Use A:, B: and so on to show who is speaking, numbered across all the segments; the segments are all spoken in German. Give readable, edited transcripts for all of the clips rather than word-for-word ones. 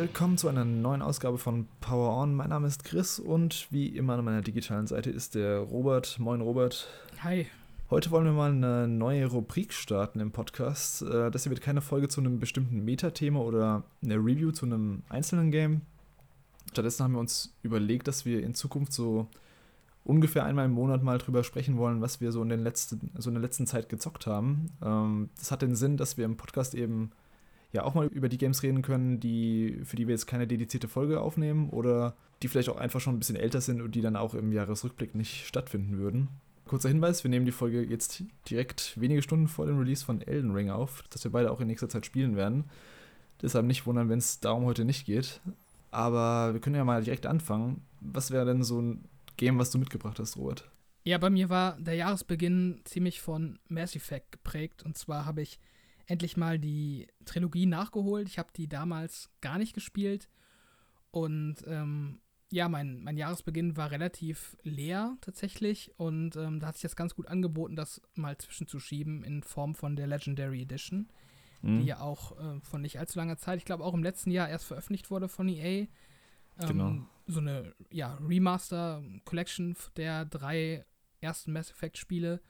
A: willkommen zu einer neuen Ausgabe von Power On. Mein Name ist Chris und wie immer an meiner digitalen Seite ist der Robert. Moin Robert.
B: Hi.
A: Heute wollen wir mal eine neue Rubrik starten im Podcast. Das hier wird keine Folge zu einem bestimmten Metathema oder eine Review zu einem einzelnen Game. Stattdessen haben wir uns überlegt, dass wir in Zukunft so ungefähr einmal im Monat mal drüber sprechen wollen, was wir so in der letzten Zeit gezockt haben. Das hat den Sinn, dass wir im Podcast eben ja auch mal über die Games reden können, für die wir jetzt keine dedizierte Folge aufnehmen oder die vielleicht auch einfach schon ein bisschen älter sind und die dann auch im Jahresrückblick nicht stattfinden würden. Kurzer Hinweis, wir nehmen die Folge jetzt direkt wenige Stunden vor dem Release von Elden Ring auf, das wir beide auch in nächster Zeit spielen werden. Deshalb nicht wundern, wenn es darum heute nicht geht. Aber wir können ja mal direkt anfangen. Was wäre denn so ein Game, was du mitgebracht hast, Robert?
B: Ja, bei mir war der Jahresbeginn ziemlich von Mass Effect geprägt. Und zwar habe ich endlich mal die Trilogie nachgeholt. Ich habe die damals gar nicht gespielt. Und mein Jahresbeginn war relativ leer tatsächlich. Und da hat sich das ganz gut angeboten, das mal zwischenzuschieben in Form von der Legendary Edition. Die ja auch von nicht allzu langer Zeit, ich glaube auch im letzten Jahr erst veröffentlicht wurde von EA.
A: Genau.
B: So eine Remaster-Collection der 3 ersten Mass Effect-Spiele.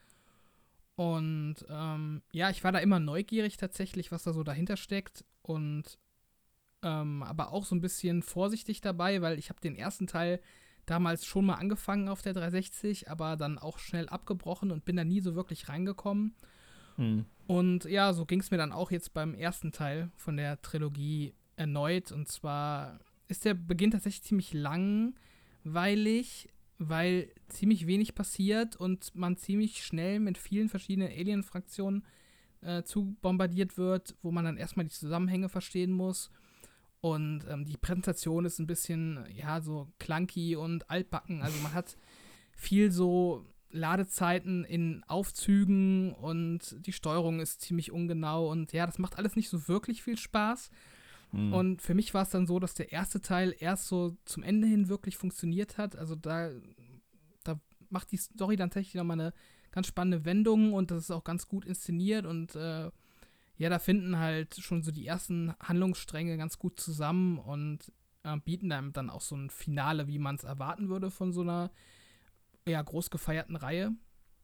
B: Und ich war da immer neugierig tatsächlich, was da so dahinter steckt. Und aber auch so ein bisschen vorsichtig dabei, weil ich habe den ersten Teil damals schon mal angefangen auf der 360, aber dann auch schnell abgebrochen und bin da nie so wirklich reingekommen. Und ja, so ging es mir dann auch jetzt beim ersten Teil von der Trilogie erneut. Und zwar ist der Beginn tatsächlich ziemlich langweilig, weil ziemlich wenig passiert und man ziemlich schnell mit vielen verschiedenen Alien-Fraktionen zu bombardiert wird, wo man dann erstmal die Zusammenhänge verstehen muss. Und die Präsentation ist ein bisschen, so clunky und altbacken. Also man hat viel so Ladezeiten in Aufzügen und die Steuerung ist ziemlich ungenau und ja, das macht alles nicht so wirklich viel Spaß. Und für mich war es dann so, dass der erste Teil erst so zum Ende hin wirklich funktioniert hat. Also da macht die Story dann tatsächlich nochmal eine ganz spannende Wendung und das ist auch ganz gut inszeniert und da finden halt schon so die ersten Handlungsstränge ganz gut zusammen und bieten einem dann auch so ein Finale, wie man es erwarten würde von so einer groß gefeierten Reihe.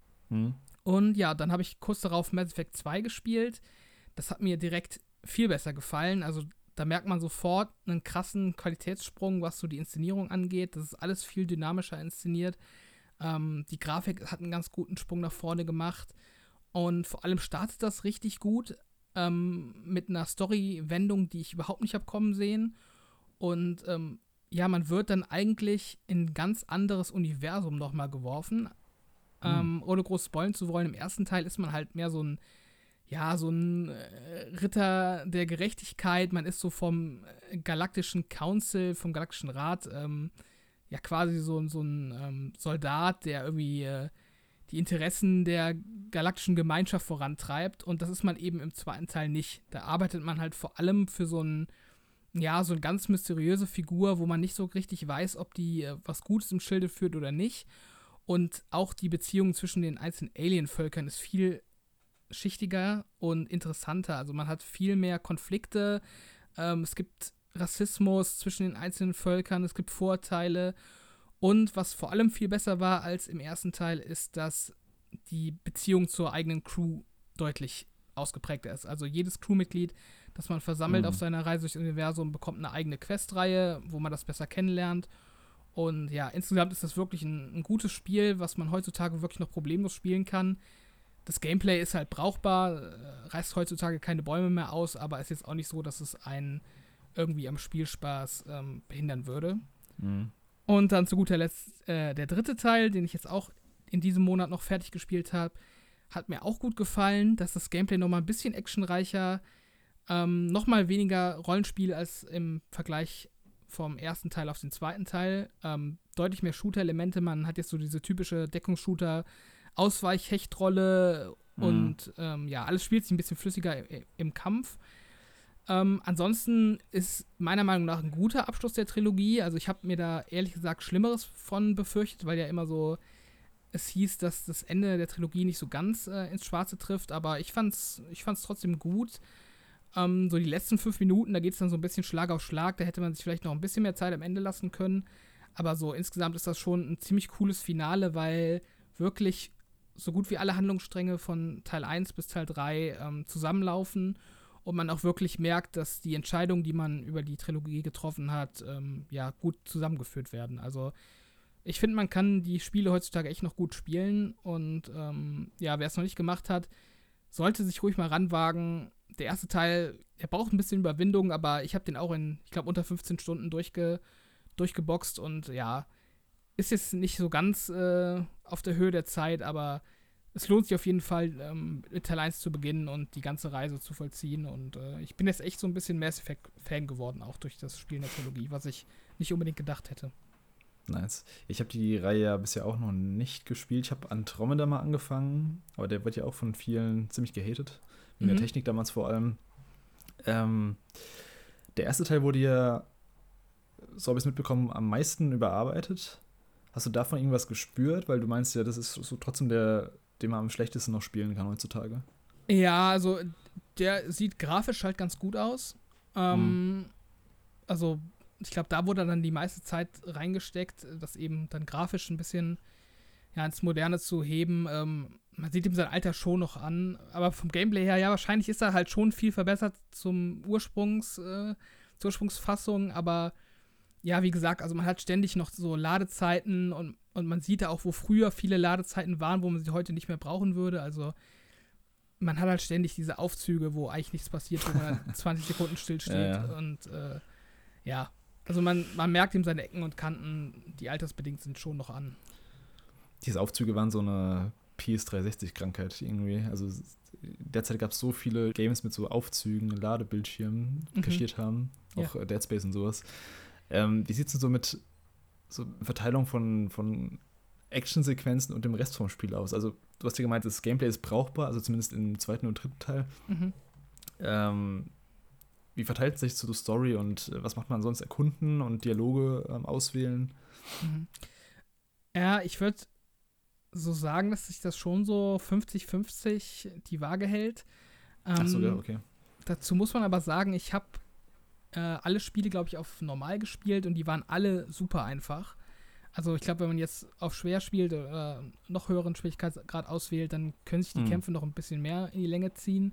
B: Und ja, dann habe ich kurz darauf Mass Effect 2 gespielt. Das hat mir direkt viel besser gefallen. Also da merkt man sofort einen krassen Qualitätssprung, was so die Inszenierung angeht. Das ist alles viel dynamischer inszeniert. Die Grafik hat einen ganz guten Sprung nach vorne gemacht. Und vor allem startet das richtig gut mit einer Story-Wendung, die ich überhaupt nicht habe kommen sehen. Und man wird dann eigentlich in ein ganz anderes Universum nochmal geworfen. Ohne groß spoilern zu wollen, im ersten Teil ist man halt mehr so ein Ritter der Gerechtigkeit. Man ist so vom Galaktischen Council, vom Galaktischen Rat, quasi so ein Soldat, der irgendwie die Interessen der galaktischen Gemeinschaft vorantreibt. Und das ist man eben im zweiten Teil nicht. Da arbeitet man halt vor allem für so eine ganz mysteriöse Figur, wo man nicht so richtig weiß, ob die was Gutes im Schilde führt oder nicht. Und auch die Beziehung zwischen den einzelnen Alien-Völkern ist viel schichtiger und interessanter. Also man hat viel mehr Konflikte. Es gibt Rassismus zwischen den einzelnen Völkern. Es gibt Vorurteile. Und was vor allem viel besser war als im ersten Teil, ist, dass die Beziehung zur eigenen Crew deutlich ausgeprägter ist. Also jedes Crewmitglied, das man versammelt auf seiner Reise durchs Universum, bekommt eine eigene Questreihe, wo man das besser kennenlernt. Und ja, insgesamt ist das wirklich ein gutes Spiel, was man heutzutage wirklich noch problemlos spielen kann. Das Gameplay ist halt brauchbar, reißt heutzutage keine Bäume mehr aus, aber ist jetzt auch nicht so, dass es einen irgendwie am Spielspaß behindern würde. Und dann zu guter Letzt der dritte Teil, den ich jetzt auch in diesem Monat noch fertig gespielt habe, hat mir auch gut gefallen, dass das Gameplay nochmal ein bisschen actionreicher, nochmal weniger Rollenspiel als im Vergleich vom ersten Teil auf den zweiten Teil. Deutlich mehr Shooter-Elemente, man hat jetzt so diese typische Deckungsshooter- Ausweich-Hechtrolle und alles spielt sich ein bisschen flüssiger im Kampf. Ansonsten ist meiner Meinung nach ein guter Abschluss der Trilogie. Also ich habe mir da ehrlich gesagt Schlimmeres von befürchtet, weil ja immer so es hieß, dass das Ende der Trilogie nicht so ganz ins Schwarze trifft, aber ich fand's trotzdem gut. So die letzten 5 Minuten, da geht es dann so ein bisschen Schlag auf Schlag. Da hätte man sich vielleicht noch ein bisschen mehr Zeit am Ende lassen können. Aber so insgesamt ist das schon ein ziemlich cooles Finale, weil wirklich so gut wie alle Handlungsstränge von Teil 1 bis Teil 3 zusammenlaufen und man auch wirklich merkt, dass die Entscheidungen, die man über die Trilogie getroffen hat, gut zusammengeführt werden. Also ich finde, man kann die Spiele heutzutage echt noch gut spielen und wer es noch nicht gemacht hat, sollte sich ruhig mal ranwagen. Der erste Teil, der braucht ein bisschen Überwindung, aber ich habe den auch in, ich glaube, unter 15 Stunden durchgeboxt und ja, ist jetzt nicht so ganz auf der Höhe der Zeit, aber es lohnt sich auf jeden Fall, mit Teil 1 zu beginnen und die ganze Reise zu vollziehen. Und ich bin jetzt echt so ein bisschen Mass Effect-Fan geworden, auch durch das Spiel in der Trilogie, was ich nicht unbedingt gedacht hätte.
A: Nice. Ich habe die Reihe ja bisher auch noch nicht gespielt. Ich habe Andromeda mal angefangen, aber der wird ja auch von vielen ziemlich gehatet. Wegen der Technik damals vor allem. Der erste Teil wurde ja, so habe ich es mitbekommen, am meisten überarbeitet. Hast du davon irgendwas gespürt? Weil du meinst ja, das ist so trotzdem den man am schlechtesten noch spielen kann heutzutage.
B: Ja, also der sieht grafisch halt ganz gut aus. Also ich glaube, da wurde dann die meiste Zeit reingesteckt, das eben dann grafisch ein bisschen ins Moderne zu heben. Man sieht ihm sein Alter schon noch an, aber vom Gameplay her, ja, wahrscheinlich ist er halt schon viel verbessert zur Ursprungsfassung, aber ja, wie gesagt, also man hat ständig noch so Ladezeiten und man sieht ja auch, wo früher viele Ladezeiten waren, wo man sie heute nicht mehr brauchen würde. Also man hat halt ständig diese Aufzüge, wo eigentlich nichts passiert, wo man dann 20 Sekunden stillsteht. Ja. Und also man merkt ihm seine Ecken und Kanten, die altersbedingt sind, schon noch an.
A: Diese Aufzüge waren so eine PS360-Krankheit irgendwie. Also derzeit gab es so viele Games mit so Aufzügen, Ladebildschirmen kaschiert haben, auch Dead Space und sowas. Wie sieht es denn so mit so Verteilung von Actionsequenzen und dem Rest vom Spiel aus? Also du hast ja gemeint, das Gameplay ist brauchbar, also zumindest im zweiten und dritten Teil. Wie verteilt sich so die Story und was macht man sonst? Erkunden und Dialoge auswählen?
B: Ja, ich würde so sagen, dass sich das schon so 50-50 die Waage hält.
A: Achso, ja, okay.
B: Dazu muss man aber sagen, ich habe alle Spiele, glaube ich, auf normal gespielt und die waren alle super einfach. Also ich glaube, wenn man jetzt auf schwer spielt oder noch höheren Schwierigkeitsgrad auswählt, dann können sich die Kämpfe noch ein bisschen mehr in die Länge ziehen.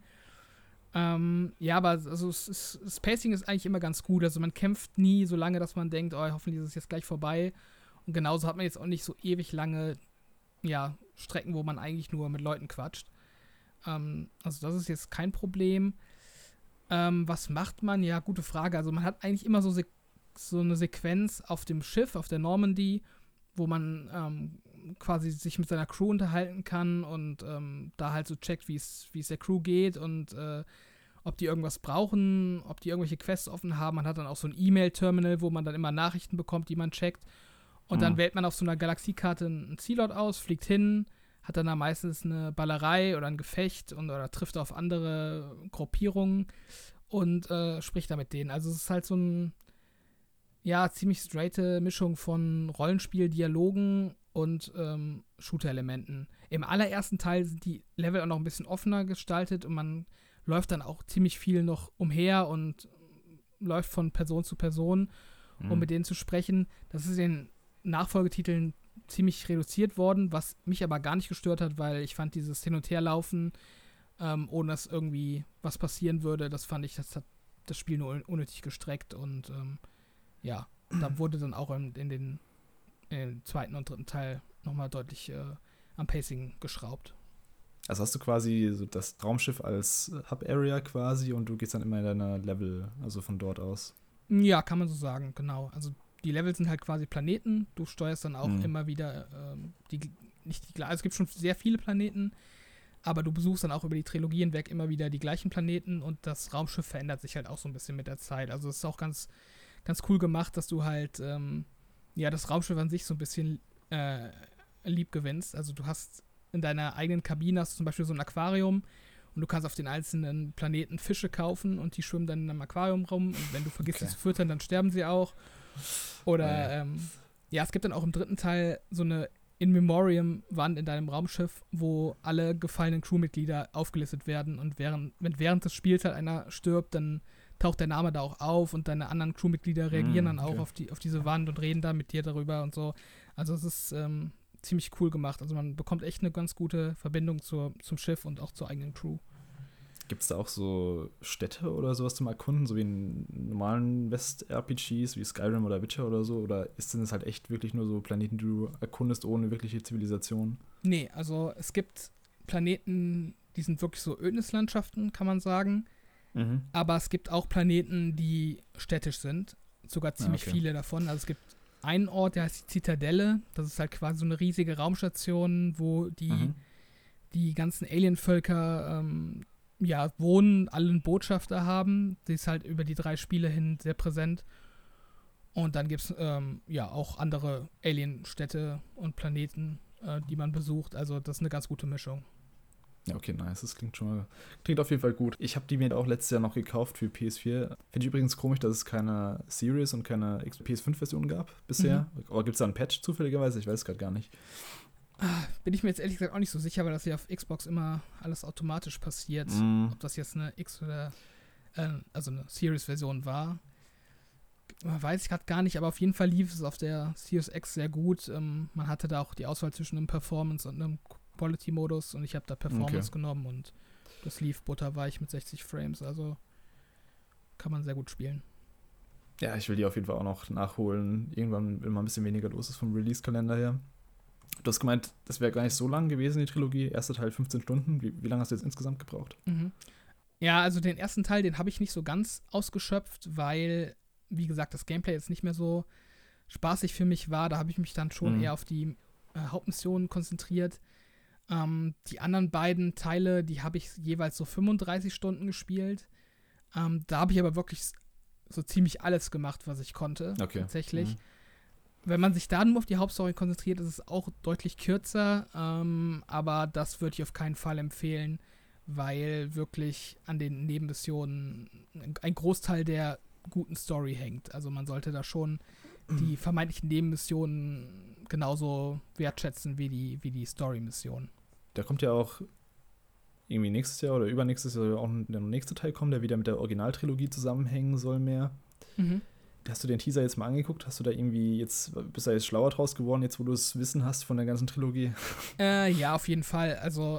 B: Aber also das Pacing ist eigentlich immer ganz gut. Also man kämpft nie so lange, dass man denkt, oh, hoffentlich ist es jetzt gleich vorbei. Und genauso hat man jetzt auch nicht so ewig lange Strecken, wo man eigentlich nur mit Leuten quatscht. Also das ist jetzt kein Problem. Was macht man? Ja, gute Frage. Also man hat eigentlich immer so eine Sequenz auf dem Schiff, auf der Normandy, wo man quasi sich mit seiner Crew unterhalten kann und da halt so checkt, wie es der Crew geht und ob die irgendwas brauchen, ob die irgendwelche Quests offen haben. Man hat dann auch so ein E-Mail-Terminal, wo man dann immer Nachrichten bekommt, die man checkt. Und dann wählt man auf so einer Galaxiekarte einen Zielort aus, fliegt hin, hat dann da meistens eine Ballerei oder ein Gefecht oder trifft auf andere Gruppierungen und spricht da mit denen. Also es ist halt so ein ziemlich straighte Mischung von Rollenspiel, Dialogen und Shooter-Elementen. Im allerersten Teil sind die Level auch noch ein bisschen offener gestaltet und man läuft dann auch ziemlich viel noch umher und läuft von Person zu Person, um mit denen zu sprechen. Das ist in Nachfolgetiteln ziemlich reduziert worden, was mich aber gar nicht gestört hat, weil ich fand dieses Hin- und Herlaufen, ohne dass irgendwie was passieren würde, das fand ich, das hat das Spiel nur unnötig gestreckt und da wurde dann auch in den zweiten und dritten Teil nochmal deutlich am Pacing geschraubt.
A: Also hast du quasi so das Raumschiff als Hub-Area quasi und du gehst dann immer in deiner Level, also von dort aus.
B: Ja, kann man so sagen, genau. Also die Level sind halt quasi Planeten. Du steuerst dann auch immer wieder es gibt schon sehr viele Planeten, aber du besuchst dann auch über die Trilogie hinweg immer wieder die gleichen Planeten und das Raumschiff verändert sich halt auch so ein bisschen mit der Zeit. Also es ist auch ganz, ganz cool gemacht, dass du halt das Raumschiff an sich so ein bisschen lieb gewinnst. Also du hast in deiner eigenen Kabine hast du zum Beispiel so ein Aquarium und du kannst auf den einzelnen Planeten Fische kaufen und die schwimmen dann in einem Aquarium rum und wenn du vergisst, sie zu füttern, dann sterben sie auch. Oder es gibt dann auch im dritten Teil so eine In Memoriam Wand in deinem Raumschiff, wo alle gefallenen Crewmitglieder aufgelistet werden und wenn während des Spiels halt einer stirbt, dann taucht der Name da auch auf und deine anderen Crewmitglieder reagieren dann auch auf diese Wand und reden dann mit dir darüber und so. Also es ist ziemlich cool gemacht. Also man bekommt echt eine ganz gute Verbindung zum Schiff und auch zur eigenen Crew.
A: Gibt es da auch so Städte oder sowas zum Erkunden, so wie in normalen West-RPGs wie Skyrim oder Witcher oder so? Oder sind es halt echt wirklich nur so Planeten, die du erkundest ohne wirkliche Zivilisation?
B: Nee, also es gibt Planeten, die sind wirklich so Ödnislandschaften, kann man sagen.
A: Mhm.
B: Aber es gibt auch Planeten, die städtisch sind. Sogar ziemlich viele davon. Also es gibt einen Ort, der heißt die Zitadelle. Das ist halt quasi so eine riesige Raumstation, wo die ganzen Alienvölker wohnen, alle einen Botschafter haben. Die ist halt über die 3 Spiele hin sehr präsent. Und dann gibt es auch andere Alienstädte und Planeten, die man besucht. Also das ist eine ganz gute Mischung.
A: Ja, okay, nice. Das klingt auf jeden Fall gut. Ich habe die mir auch letztes Jahr noch gekauft für PS4. Finde ich übrigens komisch, dass es keine Series und keine PS5-Version gab bisher. Oder gibt es da einen Patch zufälligerweise? Ich weiß es gerade gar nicht.
B: Bin ich mir jetzt ehrlich gesagt auch nicht so sicher, weil das ja auf Xbox immer alles automatisch passiert. Ob das jetzt eine X- oder also eine Series-Version war, weiß ich gerade gar nicht, aber auf jeden Fall lief es auf der Series X sehr gut. Man hatte da auch die Auswahl zwischen einem Performance und einem Quality-Modus und ich habe da Performance genommen und das lief butterweich mit 60 Frames, also kann man sehr gut spielen.
A: Ja, ich will die auf jeden Fall auch noch nachholen. Irgendwann, wenn mal ein bisschen weniger los ist vom Release-Kalender her. Du hast gemeint, das wäre gar nicht so lang gewesen, die Trilogie. Erster Teil 15 Stunden. Wie lange hast du jetzt insgesamt gebraucht?
B: Ja, also den ersten Teil, den habe ich nicht so ganz ausgeschöpft, weil, wie gesagt, das Gameplay jetzt nicht mehr so spaßig für mich war. Da habe ich mich dann schon eher auf die Hauptmissionen konzentriert. Die anderen beiden Teile, die habe ich jeweils so 35 Stunden gespielt. Da habe ich aber wirklich so ziemlich alles gemacht, was ich konnte, tatsächlich. Wenn man sich da nur auf die Hauptstory konzentriert, ist es auch deutlich kürzer, aber das würde ich auf keinen Fall empfehlen, weil wirklich an den Nebenmissionen ein Großteil der guten Story hängt. Also man sollte da schon die vermeintlichen Nebenmissionen genauso wertschätzen wie die Story-Mission.
A: Da kommt ja auch irgendwie nächstes Jahr oder übernächstes Jahr auch der nächste Teil kommen, der wieder mit der Originaltrilogie zusammenhängen soll mehr. Hast du den Teaser jetzt mal angeguckt? Bist du da jetzt schlauer draus geworden, jetzt wo du das Wissen hast von der ganzen Trilogie?
B: Ja, auf jeden Fall. Also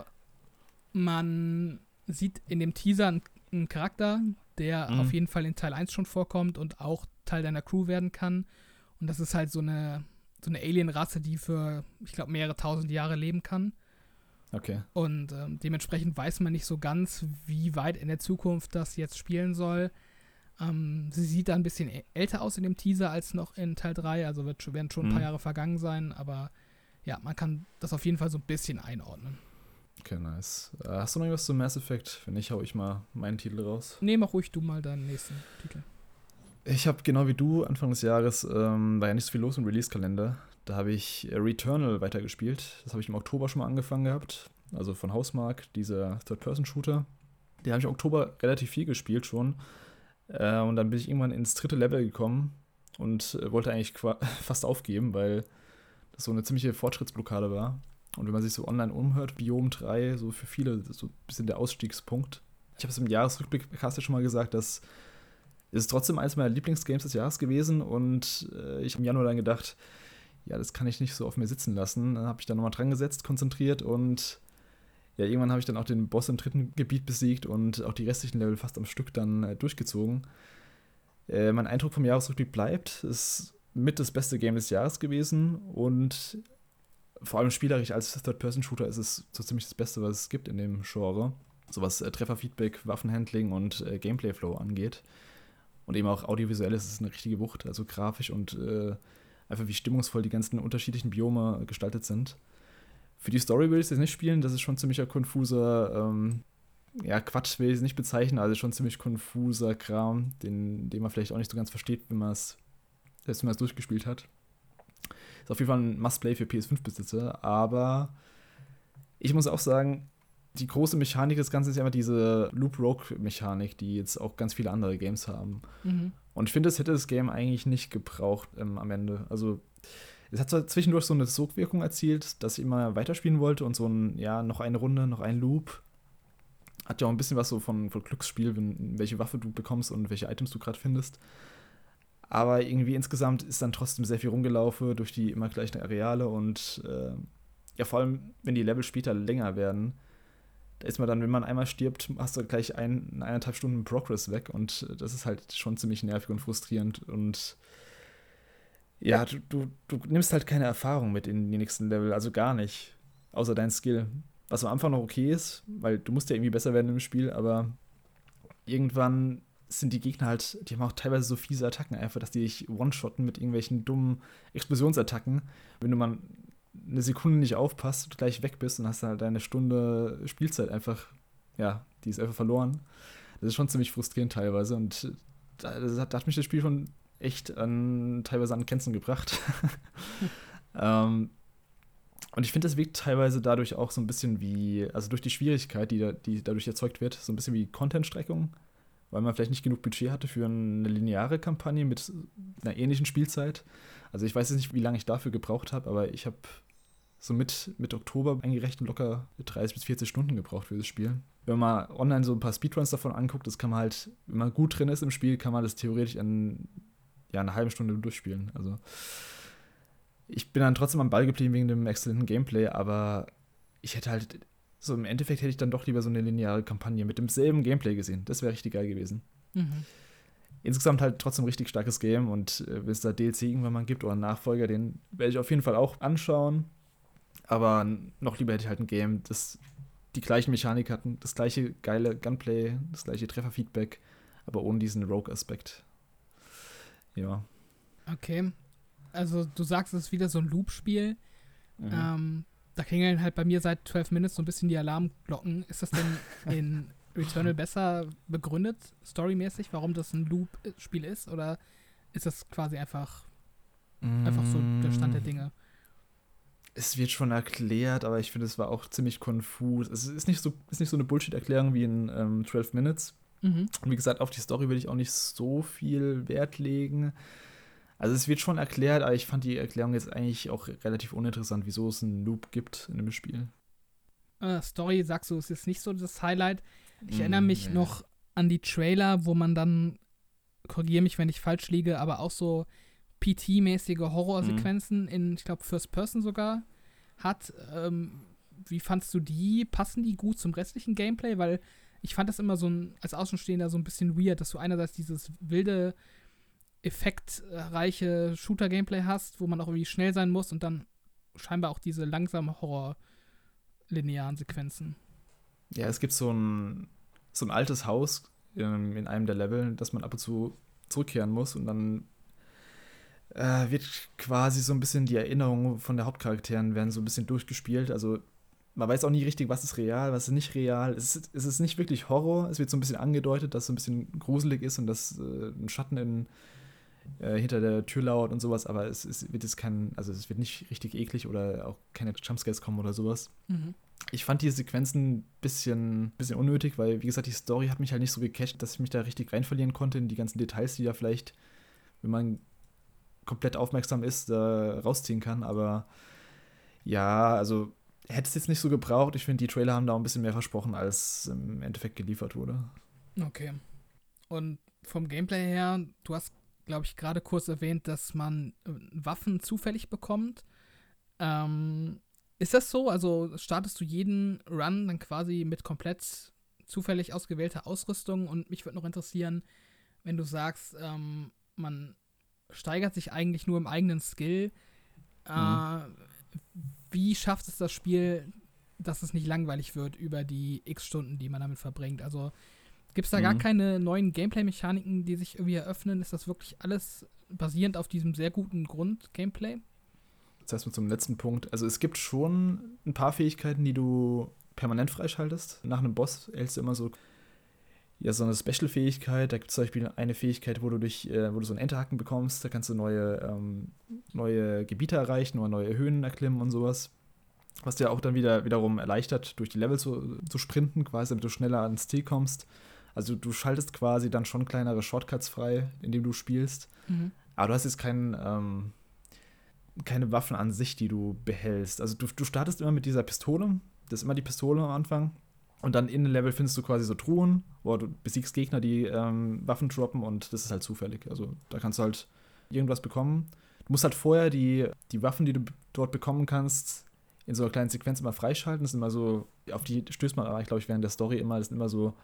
B: man sieht in dem Teaser einen Charakter, der auf jeden Fall in Teil 1 schon vorkommt und auch Teil deiner Crew werden kann. Und das ist halt so eine Alien-Rasse, die für, ich glaube, mehrere tausend Jahre leben kann.
A: Okay.
B: Und dementsprechend weiß man nicht so ganz, wie weit in der Zukunft das jetzt spielen soll. Sie sieht da ein bisschen älter aus in dem Teaser als noch in Teil 3, also werden schon ein paar Jahre vergangen sein, aber ja, man kann das auf jeden Fall so ein bisschen einordnen.
A: Okay, nice. Hast du noch irgendwas zu Mass Effect? Wenn nicht, hau ich mal meinen Titel raus.
B: Nee, mach ruhig du mal deinen nächsten Titel.
A: Ich habe genau wie du Anfang des Jahres, war ja nicht so viel los im Release-Kalender. Da habe ich Returnal weitergespielt. Das habe ich im Oktober schon mal angefangen gehabt. Also von Housemarque, dieser Third-Person-Shooter. Den habe ich im Oktober relativ viel gespielt schon. Und dann bin ich irgendwann ins 3. Level gekommen und wollte eigentlich fast aufgeben, weil das so eine ziemliche Fortschrittsblockade war. Und wenn man sich so online umhört, Biom 3, so für viele so ein bisschen der Ausstiegspunkt. Ich habe es im Jahresrückblick hast ja schon mal gesagt, dass es ist trotzdem eines meiner Lieblingsgames des Jahres gewesen und ich habe im Januar dann gedacht, ja, das kann ich nicht so auf mir sitzen lassen. Dann habe ich da nochmal dran gesetzt, konzentriert und ja, irgendwann habe ich dann auch den Boss im 3. Gebiet besiegt und auch die restlichen Level fast am Stück dann durchgezogen. Mein Eindruck vom Jahresrückblick bleibt, es ist mit das beste Game des Jahres gewesen und vor allem spielerisch als Third-Person-Shooter ist es so ziemlich das Beste, was es gibt in dem Genre. So was Trefferfeedback, Waffenhandling und Gameplay-Flow angeht. Und eben auch audiovisuell ist es eine richtige Wucht, also grafisch und einfach wie stimmungsvoll die ganzen unterschiedlichen Biome gestaltet sind. Für die Story will ich es jetzt nicht spielen, das ist schon ziemlicher konfuser, Quatsch will ich es nicht bezeichnen, also schon ziemlich konfuser Kram, den man vielleicht auch nicht so ganz versteht, wenn man es durchgespielt hat. Ist auf jeden Fall ein Must-Play für PS5-Besitzer, aber ich muss auch sagen, die große Mechanik des Ganzen ist ja immer diese Loop-Rogue-Mechanik, die jetzt auch ganz viele andere Games haben. Und ich finde, das hätte das Game eigentlich nicht gebraucht am Ende. Also Es hat zwar zwischendurch so eine Sogwirkung erzielt, dass ich immer weiterspielen wollte und so noch eine Runde, noch ein Loop. Hat ja auch ein bisschen was so von Glücksspiel, welche Waffe du bekommst und welche Items du gerade findest. Aber irgendwie insgesamt ist dann trotzdem sehr viel rumgelaufen durch die immer gleichen Areale und ja, vor allem, wenn die Level später länger werden, da ist man dann, wenn man einmal stirbt, hast du gleich 1,5 Stunden Progress weg und das ist halt schon ziemlich nervig und frustrierend und ja, du nimmst halt keine Erfahrung mit in die nächsten Level, also gar nicht, außer dein Skill. Was am Anfang noch okay ist, weil du musst ja irgendwie besser werden im Spiel, aber irgendwann sind die Gegner halt, die haben auch teilweise so fiese Attacken einfach, dass die dich one-shotten mit irgendwelchen dummen Explosionsattacken. Wenn du mal eine Sekunde nicht aufpasst und gleich weg bist und hast halt eine Stunde Spielzeit einfach, ja, die ist einfach verloren. Das ist schon ziemlich frustrierend teilweise und da hat mich das Spiel schon echt teilweise an Grenzen gebracht. Und ich finde, das wirkt teilweise dadurch auch so ein bisschen wie, also durch die Schwierigkeit, die dadurch erzeugt wird, so ein bisschen wie Content-Streckung, weil man vielleicht nicht genug Budget hatte für eine lineare Kampagne mit einer ähnlichen Spielzeit. Also ich weiß jetzt nicht, wie lange ich dafür gebraucht habe, aber ich habe so mit Oktober eingerechnet locker 30 bis 40 Stunden gebraucht für das Spiel. Wenn man online so ein paar Speedruns davon anguckt, das kann man halt, wenn man gut drin ist im Spiel, kann man das theoretisch in einer halben Stunde durchspielen. Also ich bin dann trotzdem am Ball geblieben wegen dem exzellenten Gameplay, aber ich hätte halt, so im Endeffekt hätte ich dann doch lieber so eine lineare Kampagne mit demselben Gameplay gesehen. Das wäre richtig geil gewesen.
B: Mhm.
A: Insgesamt halt trotzdem ein richtig starkes Game und wenn es da DLC irgendwann mal gibt oder einen Nachfolger, den werde ich auf jeden Fall auch anschauen. Aber noch lieber hätte ich halt ein Game, das die gleichen Mechanik hatten, das gleiche geile Gunplay, das gleiche Trefferfeedback, aber ohne diesen Rogue-Aspekt. Ja.
B: Okay. Also du sagst, es ist wieder so ein Loop-Spiel.
A: Mhm.
B: Da klingeln halt bei mir seit 12 Minutes so ein bisschen die Alarmglocken. Ist das denn in Returnal besser begründet, storymäßig, warum das ein Loop-Spiel ist? Oder ist das quasi einfach so der Stand der Dinge?
A: Es wird schon erklärt, aber ich finde, es war auch ziemlich konfus. Es ist nicht so eine Bullshit-Erklärung wie in 12 Minutes.
B: Mhm.
A: Und wie gesagt, auf die Story würde ich auch nicht so viel Wert legen. Also es wird schon erklärt, aber ich fand die Erklärung jetzt eigentlich auch relativ uninteressant, wieso es einen Loop gibt in dem Spiel.
B: Story, sagst du, ist jetzt nicht so das Highlight. Ich erinnere mich noch an die Trailer, wo man dann, korrigiere mich, wenn ich falsch liege, aber auch so PT-mäßige Horrorsequenzen in, ich glaube, First Person sogar hat. Wie fandst du die? Passen die gut zum restlichen Gameplay? Weil ich fand das immer so als Außenstehender so ein bisschen weird, dass du einerseits dieses wilde, effektreiche Shooter-Gameplay hast, wo man auch irgendwie schnell sein muss und dann scheinbar auch diese langsame Horror-linearen Sequenzen.
A: Ja, es gibt so ein altes Haus in einem der Level, das man ab und zu zurückkehren muss und dann wird quasi so ein bisschen die Erinnerungen von der Hauptcharakteren werden so ein bisschen durchgespielt. Also man weiß auch nie richtig, was ist real, was ist nicht real. Es ist nicht wirklich Horror. Es wird so ein bisschen angedeutet, dass es so ein bisschen gruselig ist und dass ein Schatten hinter der Tür lauert und sowas. Aber es wird jetzt es wird nicht richtig eklig oder auch keine Jumpscares kommen oder sowas.
B: Mhm.
A: Ich fand die Sequenzen ein bisschen unnötig, weil, wie gesagt, die Story hat mich halt nicht so gecatcht, dass ich mich da richtig reinverlieren konnte in die ganzen Details, die da vielleicht, wenn man komplett aufmerksam ist, rausziehen kann. Aber ja, also hätte es jetzt nicht so gebraucht. Ich finde, die Trailer haben da auch ein bisschen mehr versprochen, als im Endeffekt geliefert wurde.
B: Okay. Und vom Gameplay her, du hast, glaube ich, gerade kurz erwähnt, dass man Waffen zufällig bekommt. Ist das so? Also startest du jeden Run dann quasi mit komplett zufällig ausgewählter Ausrüstung? Und mich würde noch interessieren, wenn du sagst, man steigert sich eigentlich nur im eigenen Skill. Wie schafft es das Spiel, dass es nicht langweilig wird über die x Stunden, die man damit verbringt? Also gibt es da gar keine neuen Gameplay-Mechaniken, die sich irgendwie eröffnen? Ist das wirklich alles basierend auf diesem sehr guten Grund-Gameplay?
A: Das heißt, zum letzten Punkt. Also es gibt schon ein paar Fähigkeiten, die du permanent freischaltest. Nach einem Boss hältst du immer so eine Special-Fähigkeit. Da gibt es zum Beispiel eine Fähigkeit, wo du so einen Enterhaken bekommst. Da kannst du neue Gebiete erreichen oder neue Höhen erklimmen und sowas. Was dir auch dann wiederum erleichtert, durch die Level zu sprinten, quasi, damit du schneller ans Ziel kommst. Also du schaltest quasi dann schon kleinere Shortcuts frei, indem du spielst.
B: Mhm.
A: Aber du hast jetzt keinen keine Waffen an sich, die du behältst. Also du startest immer mit dieser Pistole, das ist immer die Pistole am Anfang. Und dann in den Level findest du quasi so Truhen, wo du besiegst Gegner, die Waffen droppen und das ist halt zufällig. Also da kannst du halt irgendwas bekommen. Du musst halt vorher die Waffen, die du dort bekommen kannst, in so einer kleinen Sequenz immer freischalten. Das sind immer so, auf die stößt man aber, glaube ich, während der Story immer, das sind immer so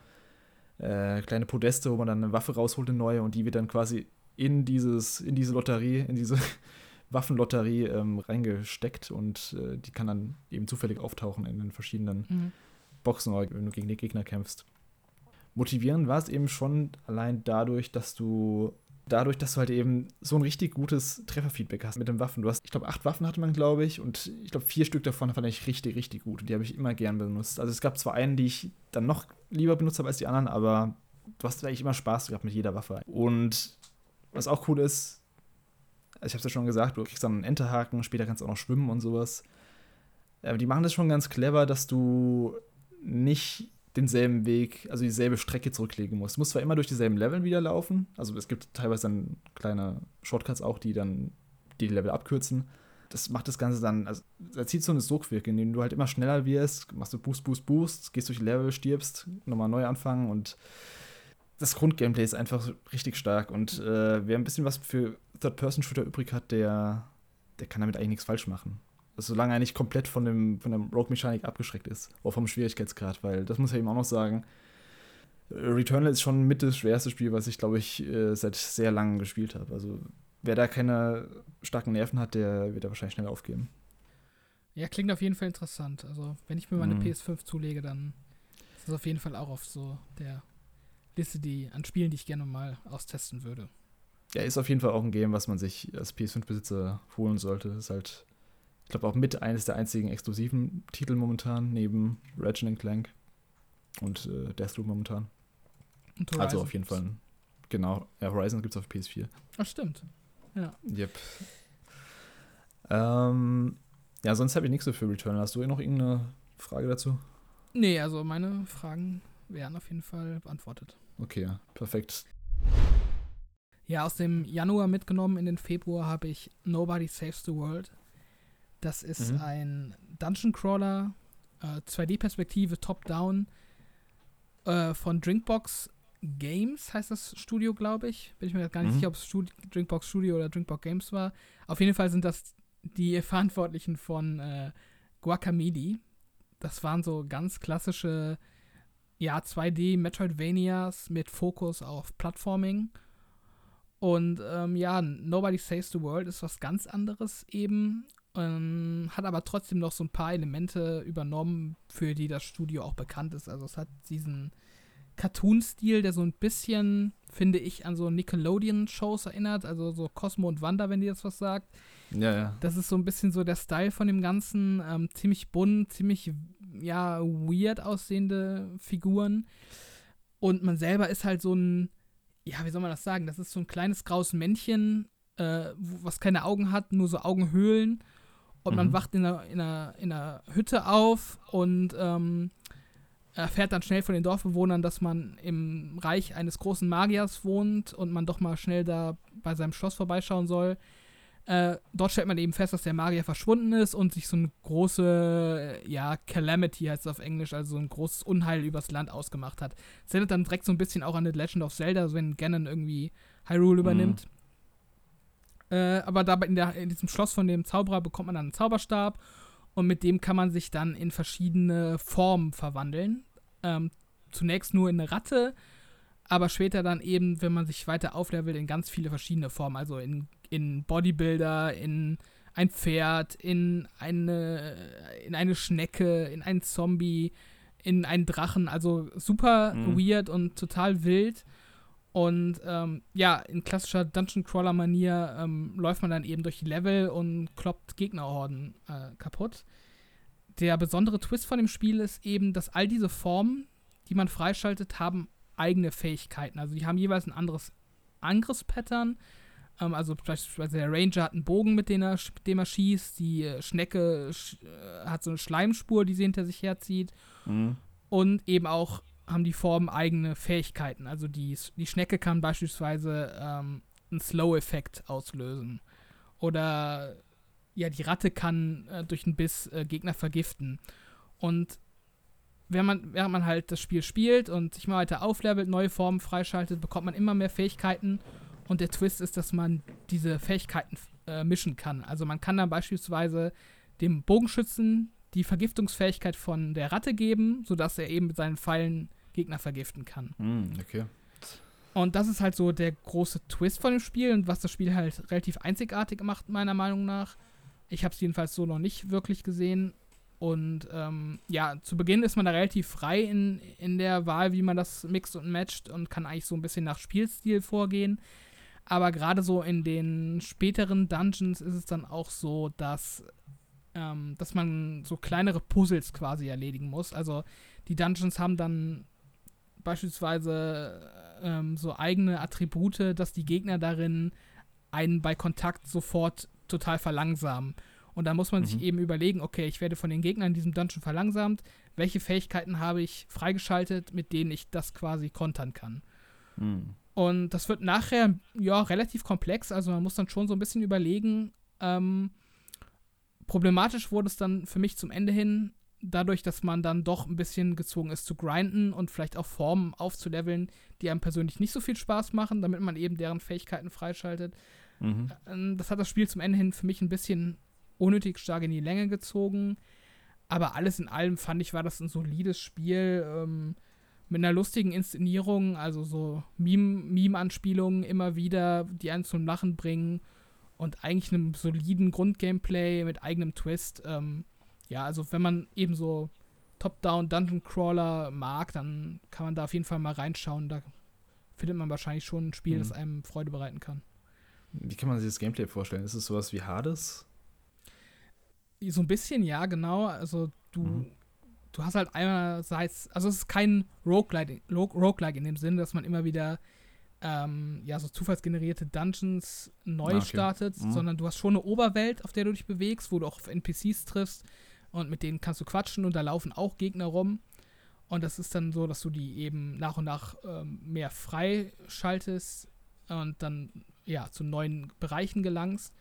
A: kleine Podeste, wo man dann eine Waffe rausholt, eine neue, und die wird dann quasi in diese Lotterie, in diese Waffenlotterie reingesteckt und die kann dann eben zufällig auftauchen in den verschiedenen Boxen, oder wenn du gegen die Gegner kämpfst. Motivierend war es eben schon allein dadurch, dass du halt eben so ein richtig gutes Trefferfeedback hast mit den Waffen. Du hast, ich glaube, 8 Waffen hatte man, glaube ich, und ich glaube, 4 Stück davon fand ich richtig, richtig gut. Und die habe ich immer gern benutzt. Also es gab zwar einen, die ich dann noch lieber benutzt habe als die anderen, aber du hast eigentlich immer Spaß gehabt mit jeder Waffe. Und was auch cool ist, also ich habe es ja schon gesagt, du kriegst dann einen Enterhaken, später kannst du auch noch schwimmen und sowas. Die machen das schon ganz clever, dass du nicht denselben Weg, also dieselbe Strecke zurücklegen musst. Du musst zwar immer durch dieselben Level wieder laufen, also es gibt teilweise dann kleine Shortcuts auch, die dann die Level abkürzen. Das macht das Ganze dann, also da zieht so eine Sogwirkung, indem du halt immer schneller wirst, machst du Boost, Boost, Boost, gehst durch die Level, stirbst, nochmal neu anfangen, und das Grundgameplay ist einfach richtig stark, und wer ein bisschen was für Third-Person-Shooter übrig hat, der kann damit eigentlich nichts falsch machen. Also solange er nicht komplett von der Rogue-Mechanik abgeschreckt ist, auch vom Schwierigkeitsgrad, weil das muss ich eben auch noch sagen, Returnal ist schon mit das schwerste Spiel, was ich, glaube ich, seit sehr langem gespielt habe. Also wer da keine starken Nerven hat, der wird da wahrscheinlich schnell aufgeben.
B: Ja, klingt auf jeden Fall interessant. Also wenn ich mir meine PS5 zulege, dann ist das auf jeden Fall auch auf so der Liste an Spielen, die ich gerne mal austesten würde.
A: Ja, ist auf jeden Fall auch ein Game, was man sich als PS5-Besitzer holen sollte. Ist halt, ich glaube, auch mit eines der einzigen exklusiven Titel momentan, neben Ratchet & Clank und Deathloop momentan. Und also auf jeden Fall, genau. Ja, Horizon gibt es auf PS4.
B: Ach, stimmt. Ja.
A: Yep. Ja, sonst habe ich nichts so für Returnal. Hast du noch irgendeine Frage dazu?
B: Nee, also meine Fragen werden auf jeden Fall beantwortet.
A: Okay, perfekt.
B: Ja, aus dem Januar mitgenommen in den Februar habe ich Nobody Saves the World. Das ist ein Dungeon Crawler, 2D-Perspektive, Top-Down, von Drinkbox Games heißt das Studio, glaube ich. Bin ich mir gar nicht sicher, ob es Drinkbox Studio oder Drinkbox Games war. Auf jeden Fall sind das die Verantwortlichen von Guacamelee. Das waren so ganz klassische 2D Metroidvanias mit Fokus auf Plattforming. Und Nobody Saves the World ist was ganz anderes eben. Hat aber trotzdem noch so ein paar Elemente übernommen, für die das Studio auch bekannt ist. Also es hat diesen Cartoon-Stil, der so ein bisschen, finde ich, an so Nickelodeon-Shows erinnert. Also so Cosmo und Wanda, wenn dir das was sagt.
A: Ja.
B: Das ist so ein bisschen so der Style von dem Ganzen. Ziemlich bunt, ziemlich, weird aussehende Figuren. Und man selber ist halt so ein, wie soll man das sagen? Das ist so ein kleines graues Männchen, was keine Augen hat, nur so Augenhöhlen. Und man wacht in einer Hütte auf und erfährt dann schnell von den Dorfbewohnern, dass man im Reich eines großen Magiers wohnt und man doch mal schnell da bei seinem Schloss vorbeischauen soll. Dort stellt man eben fest, dass der Magier verschwunden ist und sich so eine große, Calamity heißt es auf Englisch, also ein großes Unheil übers Land ausgemacht hat. Das erinnert dann direkt so ein bisschen auch an The Legend of Zelda, also wenn Ganon irgendwie Hyrule übernimmt. Aber da in diesem Schloss von dem Zauberer bekommt man dann einen Zauberstab und mit dem kann man sich dann in verschiedene Formen verwandeln. Zunächst nur in eine Ratte, aber später dann eben, wenn man sich weiter auflevelt, in ganz viele verschiedene Formen. Also in Bodybuilder, in ein Pferd, in eine Schnecke, in einen Zombie, in einen Drachen. Also super weird und total wild. Und in klassischer Dungeon-Crawler-Manier läuft man dann eben durch die Level und kloppt Gegnerhorden kaputt. Der besondere Twist von dem Spiel ist eben, dass all diese Formen, die man freischaltet, haben eigene Fähigkeiten. Also die haben jeweils ein anderes Angriffspattern. Also beispielsweise der Ranger hat einen Bogen, mit dem er schießt. Die Schnecke hat so eine Schleimspur, die sie hinter sich herzieht. Und eben auch haben die Formen eigene Fähigkeiten. Also die Schnecke kann beispielsweise einen Slow-Effekt auslösen. Oder die Ratte kann durch einen Biss Gegner vergiften. Und während man halt das Spiel spielt und sich mal weiter auflevelt, neue Formen freischaltet, bekommt man immer mehr Fähigkeiten. Und der Twist ist, dass man diese Fähigkeiten mischen kann. Also man kann dann beispielsweise dem Bogenschützen die Vergiftungsfähigkeit von der Ratte geben, sodass er eben mit seinen Pfeilen Gegner vergiften kann.
A: Okay.
B: Und das ist halt so der große Twist von dem Spiel und was das Spiel halt relativ einzigartig macht, meiner Meinung nach. Ich habe es jedenfalls so noch nicht wirklich gesehen. Und zu Beginn ist man da relativ frei in der Wahl, wie man das mixt und matcht und kann eigentlich so ein bisschen nach Spielstil vorgehen. Aber gerade so in den späteren Dungeons ist es dann auch so, dass man so kleinere Puzzles quasi erledigen muss. Also die Dungeons haben dann beispielsweise so eigene Attribute, dass die Gegner darin einen bei Kontakt sofort total verlangsamen. Und da muss man sich eben überlegen, okay, ich werde von den Gegnern in diesem Dungeon verlangsamt. Welche Fähigkeiten habe ich freigeschaltet, mit denen ich das quasi kontern kann? Und das wird nachher, relativ komplex. Also man muss dann schon so ein bisschen überlegen. Problematisch wurde es dann für mich zum Ende hin, dadurch, dass man dann doch ein bisschen gezwungen ist zu grinden und vielleicht auch Formen aufzuleveln, die einem persönlich nicht so viel Spaß machen, damit man eben deren Fähigkeiten freischaltet. Das hat das Spiel zum Ende hin für mich ein bisschen unnötig stark in die Länge gezogen. Aber alles in allem fand ich, war das ein solides Spiel mit einer lustigen Inszenierung, also so Meme-Anspielungen immer wieder, die einen zum Lachen bringen und eigentlich einem soliden Grundgameplay mit eigenem Twist. Also wenn man eben so Top-Down Dungeon Crawler mag, dann kann man da auf jeden Fall mal reinschauen. Da findet man wahrscheinlich schon ein Spiel, das einem Freude bereiten kann.
A: Wie kann man sich das Gameplay vorstellen? Ist es sowas wie Hades?
B: So ein bisschen, ja, genau. Also du hast halt einerseits, also es ist kein Roguelike in dem Sinne, dass man immer wieder so zufallsgenerierte Dungeons neu startet, sondern du hast schon eine Oberwelt, auf der du dich bewegst, wo du auch auf NPCs triffst und mit denen kannst du quatschen und da laufen auch Gegner rum. Und das ist dann so, dass du die eben nach und nach mehr freischaltest und dann zu neuen Bereichen gelangst.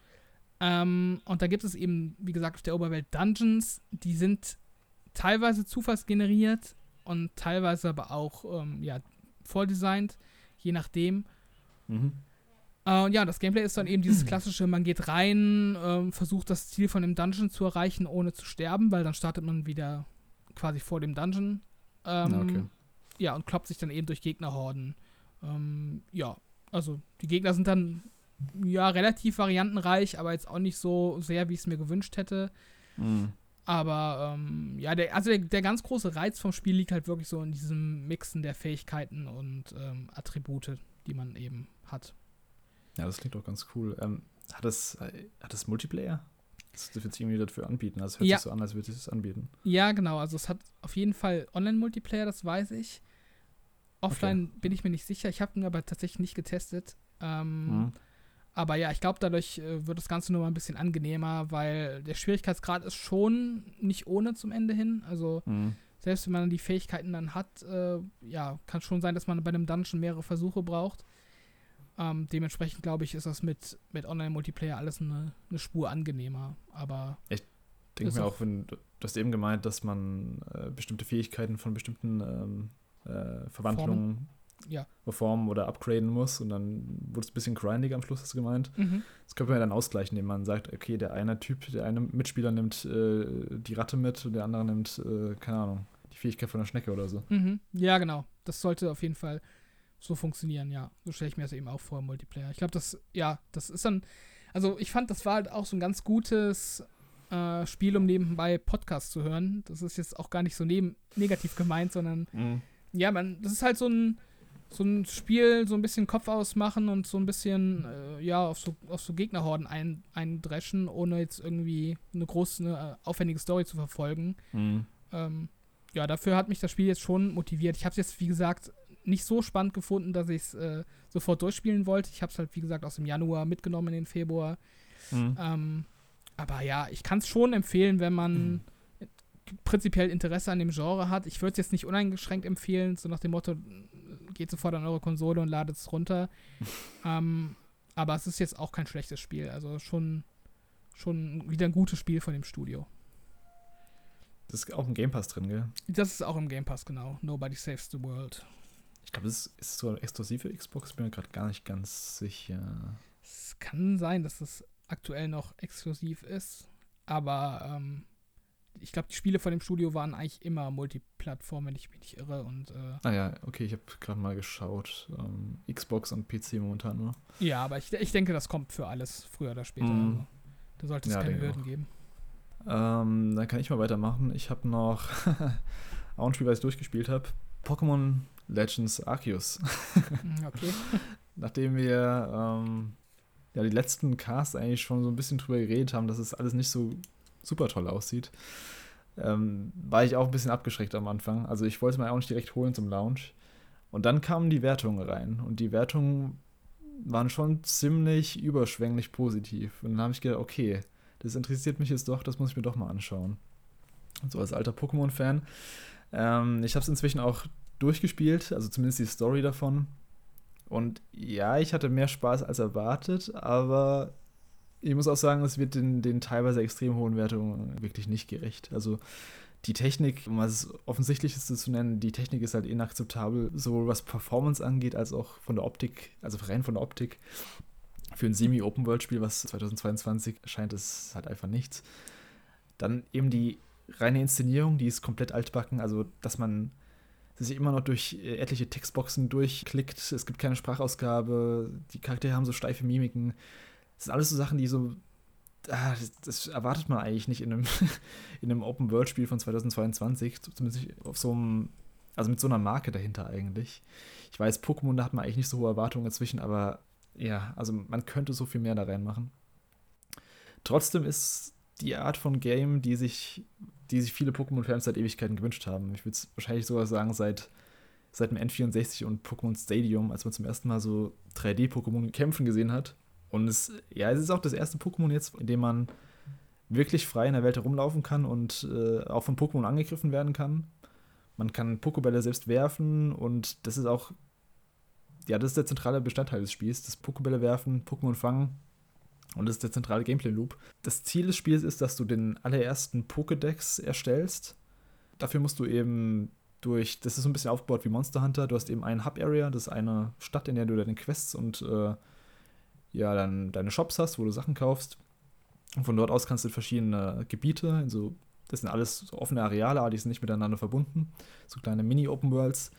B: Und da gibt es eben, wie gesagt, auf der Oberwelt Dungeons, die sind teilweise zufallsgeneriert und teilweise aber auch vordesignt, je nachdem. Das Gameplay ist dann eben dieses klassische, man geht rein, versucht das Ziel von dem Dungeon zu erreichen, ohne zu sterben, weil dann startet man wieder quasi vor dem Dungeon. Und kloppt sich dann eben durch Gegnerhorden. Also die Gegner sind dann relativ variantenreich, aber jetzt auch nicht so sehr, wie ich es mir gewünscht hätte. Aber der ganz große Reiz vom Spiel liegt halt wirklich so in diesem Mixen der Fähigkeiten und Attribute, die man eben hat.
A: Ja, das klingt doch ganz cool. Hat es Multiplayer? Das wird sich irgendwie dafür anbieten. Also es hört sich so an, als würde es das anbieten. Ja, genau. Also es hat auf jeden Fall Online-Multiplayer, das weiß ich. Offline bin ich mir nicht sicher. Ich habe ihn aber tatsächlich nicht getestet. Aber ja, ich glaube, dadurch wird das Ganze nur mal ein bisschen angenehmer, weil der Schwierigkeitsgrad ist schon nicht ohne zum Ende hin. Also selbst wenn man die Fähigkeiten dann hat, kann schon sein, dass man bei einem Dungeon mehrere Versuche braucht. Dementsprechend, glaube ich, ist das mit Online-Multiplayer alles eine Spur angenehmer. Aber ich denke mir auch, du hast eben gemeint, dass man bestimmte Fähigkeiten von bestimmten Verwandlungen reformen oder upgraden muss und dann wurde es ein bisschen grindiger am Schluss, hast du gemeint. Das könnte man ja dann ausgleichen, indem man sagt, okay, der eine Mitspieler nimmt die Ratte mit und der andere nimmt, keine Ahnung, die Fähigkeit von der Schnecke oder so.
B: Ja, genau. Das sollte auf jeden Fall so funktionieren, ja. So stelle ich mir das eben auch vor im Multiplayer. Ich glaube, das ist dann, also ich fand, das war halt auch so ein ganz gutes Spiel, um nebenbei Podcasts zu hören. Das ist jetzt auch gar nicht so negativ gemeint, sondern das ist halt so ein Spiel, so ein bisschen Kopf ausmachen und so ein bisschen, auf so Gegnerhorden eindreschen, ohne jetzt irgendwie eine aufwendige Story zu verfolgen. Dafür hat mich das Spiel jetzt schon motiviert. Ich habe es jetzt, wie gesagt, nicht so spannend gefunden, dass ich es sofort durchspielen wollte. Ich habe es halt, wie gesagt, aus dem Januar mitgenommen in den Februar. Aber ja, ich kann es schon empfehlen, wenn man prinzipiell Interesse an dem Genre hat. Ich würde es jetzt nicht uneingeschränkt empfehlen, so nach dem Motto, geht sofort an eure Konsole und ladet es runter. Aber es ist jetzt auch kein schlechtes Spiel. Also schon schon wieder ein gutes Spiel von dem Studio.
A: Das ist auch im Game Pass drin, gell?
B: Das ist auch im Game Pass, genau. Nobody Saves the World.
A: Ich glaube, das ist so exklusiv für Xbox, bin mir gerade gar nicht ganz sicher.
B: Es kann sein, dass es aktuell noch exklusiv ist, aber ich glaube, die Spiele von dem Studio waren eigentlich immer Multiplattform, wenn ich mich nicht irre. Und,
A: ja, okay, ich habe gerade mal geschaut. Xbox und PC momentan nur.
B: Ja, aber ich denke, das kommt für alles früher oder später. Also, da sollte es keine Hürden geben.
A: Dann kann ich mal weitermachen. Ich habe noch auch ein Spiel, was ich durchgespielt habe. Pokémon Legends Arceus.
B: Okay.
A: Nachdem wir die letzten Casts eigentlich schon so ein bisschen drüber geredet haben, dass es alles nicht so super toll aussieht, war ich auch ein bisschen abgeschreckt am Anfang. Also ich wollte es mir auch nicht direkt holen zum Launch. Und dann kamen die Wertungen rein. Und die Wertungen waren schon ziemlich überschwänglich positiv. Und dann habe ich gedacht, okay, das interessiert mich jetzt doch, das muss ich mir doch mal anschauen. Und so als alter Pokémon-Fan. Ich habe es inzwischen auch durchgespielt, also zumindest die Story davon. Und ja, ich hatte mehr Spaß als erwartet, aber ich muss auch sagen, es wird den teilweise extrem hohen Wertungen wirklich nicht gerecht. Also die Technik, um es Offensichtlichste zu nennen, die Technik ist halt inakzeptabel, sowohl was Performance angeht, als auch von der Optik, also rein von der Optik. Für ein Semi-Open-World-Spiel, was 2022 erscheint, ist halt einfach nichts. Dann eben die reine Inszenierung, die ist komplett altbacken, also dass man sich immer noch durch etliche Textboxen durchklickt, es gibt keine Sprachausgabe, die Charaktere haben so steife Mimiken. Das sind alles so Sachen, die so, das erwartet man eigentlich nicht in einem Open-World-Spiel von 2022, zumindest auf so einem, also mit so einer Marke dahinter eigentlich. Ich weiß, Pokémon, da hat man eigentlich nicht so hohe Erwartungen inzwischen, aber ja, also man könnte so viel mehr da reinmachen. Trotzdem ist die Art von Game, die sich viele Pokémon-Fans seit Ewigkeiten gewünscht haben. Ich würde es wahrscheinlich sogar sagen, seit dem N64 und Pokémon Stadium, als man zum ersten Mal so 3D-Pokémon kämpfen gesehen hat. Und es ist auch das erste Pokémon jetzt, in dem man wirklich frei in der Welt herumlaufen kann und auch von Pokémon angegriffen werden kann. Man kann Pokébälle selbst werfen und das ist auch, ja, das ist der zentrale Bestandteil des Spiels, das Pokébälle werfen, Pokémon fangen. Und das ist der zentrale Gameplay-Loop. Das Ziel des Spiels ist, dass du den allerersten Pokédex erstellst. Dafür musst du eben das ist so ein bisschen aufgebaut wie Monster Hunter. Du hast eben einen Hub-Area, das ist eine Stadt, in der du deine Quests und dann deine Shops hast, wo du Sachen kaufst. Und von dort aus kannst du in verschiedene Gebiete, also das sind alles so offene Areale, aber die sind nicht miteinander verbunden. So kleine Mini-Open-Worlds.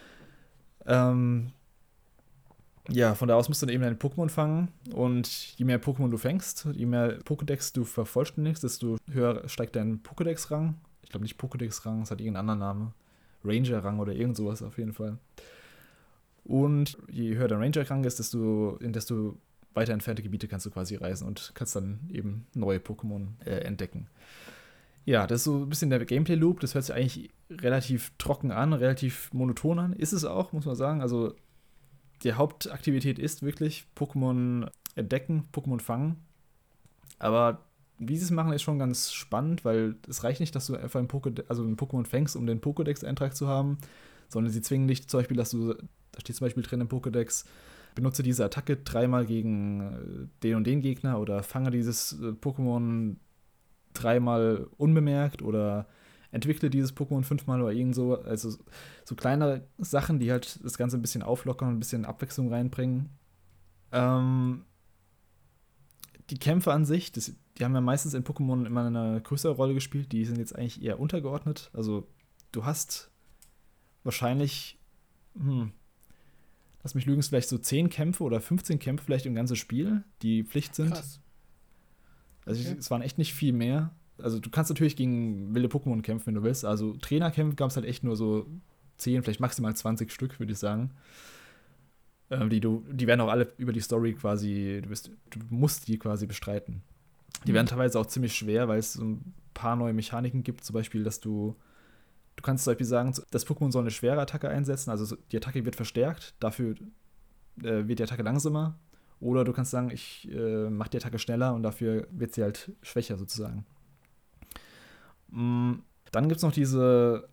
A: Von da aus musst du dann eben deine Pokémon fangen und je mehr Pokémon du fängst, je mehr Pokédex du vervollständigst, desto höher steigt dein Pokédex-Rang. Ich glaube nicht Pokédex-Rang, es hat irgendeinen anderen Namen. Ranger-Rang oder irgend sowas auf jeden Fall. Und je höher der Ranger-Rang ist, in desto weiter entfernte Gebiete kannst du quasi reisen und kannst dann eben neue Pokémon entdecken. Ja, das ist so ein bisschen der Gameplay-Loop. Das hört sich eigentlich relativ trocken an, relativ monoton an. Ist es auch, muss man sagen. Also die Hauptaktivität ist wirklich Pokémon entdecken, Pokémon fangen. Aber wie sie es machen, ist schon ganz spannend, weil es reicht nicht, dass du einfach ein Pokémon fängst, um den Pokédex-Eintrag zu haben, sondern sie zwingen dich zum Beispiel, da steht zum Beispiel drin im Pokédex, benutze diese Attacke 3-mal gegen den und den Gegner oder fange dieses Pokémon 3-mal unbemerkt oder entwickle dieses Pokémon 5-mal oder irgend so. Also so kleine Sachen, die halt das Ganze ein bisschen auflockern und ein bisschen Abwechslung reinbringen. Die Kämpfe an sich, die haben ja meistens in Pokémon immer eine größere Rolle gespielt. Die sind jetzt eigentlich eher untergeordnet. Also du hast wahrscheinlich, lass mich lügen, es vielleicht so 10 Kämpfe oder 15 Kämpfe vielleicht im ganzen Spiel, die Pflicht sind.
B: Krass.
A: Also es waren echt nicht viel mehr. Also du kannst natürlich gegen wilde Pokémon kämpfen, wenn du willst. Also Trainerkämpfe gab es halt echt nur so 10, vielleicht maximal 20 Stück, würde ich sagen. Die werden auch alle über die Story quasi, du musst die quasi bestreiten. Die werden teilweise auch ziemlich schwer, weil es so ein paar neue Mechaniken gibt. Zum Beispiel, dass du kannst zum Beispiel sagen, das Pokémon soll eine schwere Attacke einsetzen, also die Attacke wird verstärkt, dafür wird die Attacke langsamer. Oder du kannst sagen, ich mache die Attacke schneller und dafür wird sie halt schwächer sozusagen. Dann gibt es noch diese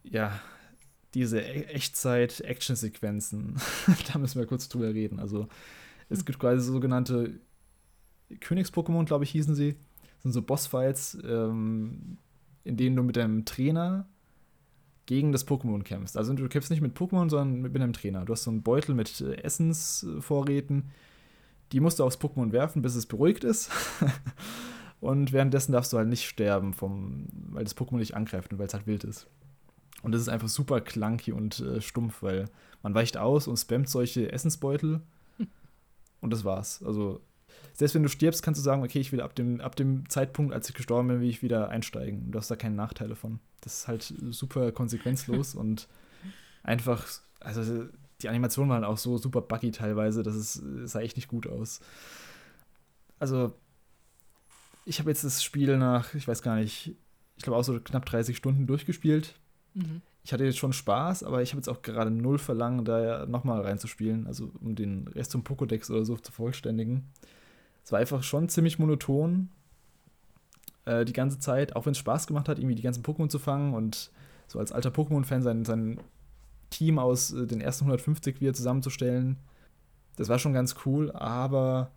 A: Echtzeit-Action-Sequenzen. Da müssen wir kurz drüber reden. Also es gibt quasi sogenannte Königs-Pokémon, glaube ich, hießen sie. sind so Bossfights, in denen du mit deinem Trainer gegen das Pokémon kämpfst. Also du kämpfst nicht mit Pokémon, sondern mit einem Trainer. Du hast so einen Beutel mit Essensvorräten. Die musst du aufs Pokémon werfen, bis es beruhigt ist. Und währenddessen darfst du halt nicht sterben, weil das Pokémon dich angreift und weil es halt wild ist. Und das ist einfach super clunky und stumpf, weil man weicht aus und spammt solche Essensbeutel. Und das war's. Also, selbst wenn du stirbst, kannst du sagen, okay, ich will ab dem Zeitpunkt, als ich gestorben bin, will ich wieder einsteigen. Du hast da keine Nachteile von. Das ist halt super konsequenzlos und einfach, also die Animationen waren auch so super buggy teilweise, das sah echt nicht gut aus. Also, ich habe jetzt das Spiel nach, ich weiß gar nicht, ich glaube auch so knapp 30 Stunden durchgespielt.
B: Mhm.
A: Ich hatte jetzt schon Spaß, aber ich habe jetzt auch gerade null Verlangen, da nochmal reinzuspielen, also um den Rest zum Pokédex oder so zu vervollständigen. Es war einfach schon ziemlich monoton die ganze Zeit, auch wenn es Spaß gemacht hat, irgendwie die ganzen Pokémon zu fangen und so als alter Pokémon-Fan sein Team aus den ersten 150 wieder zusammenzustellen. Das war schon ganz cool, aber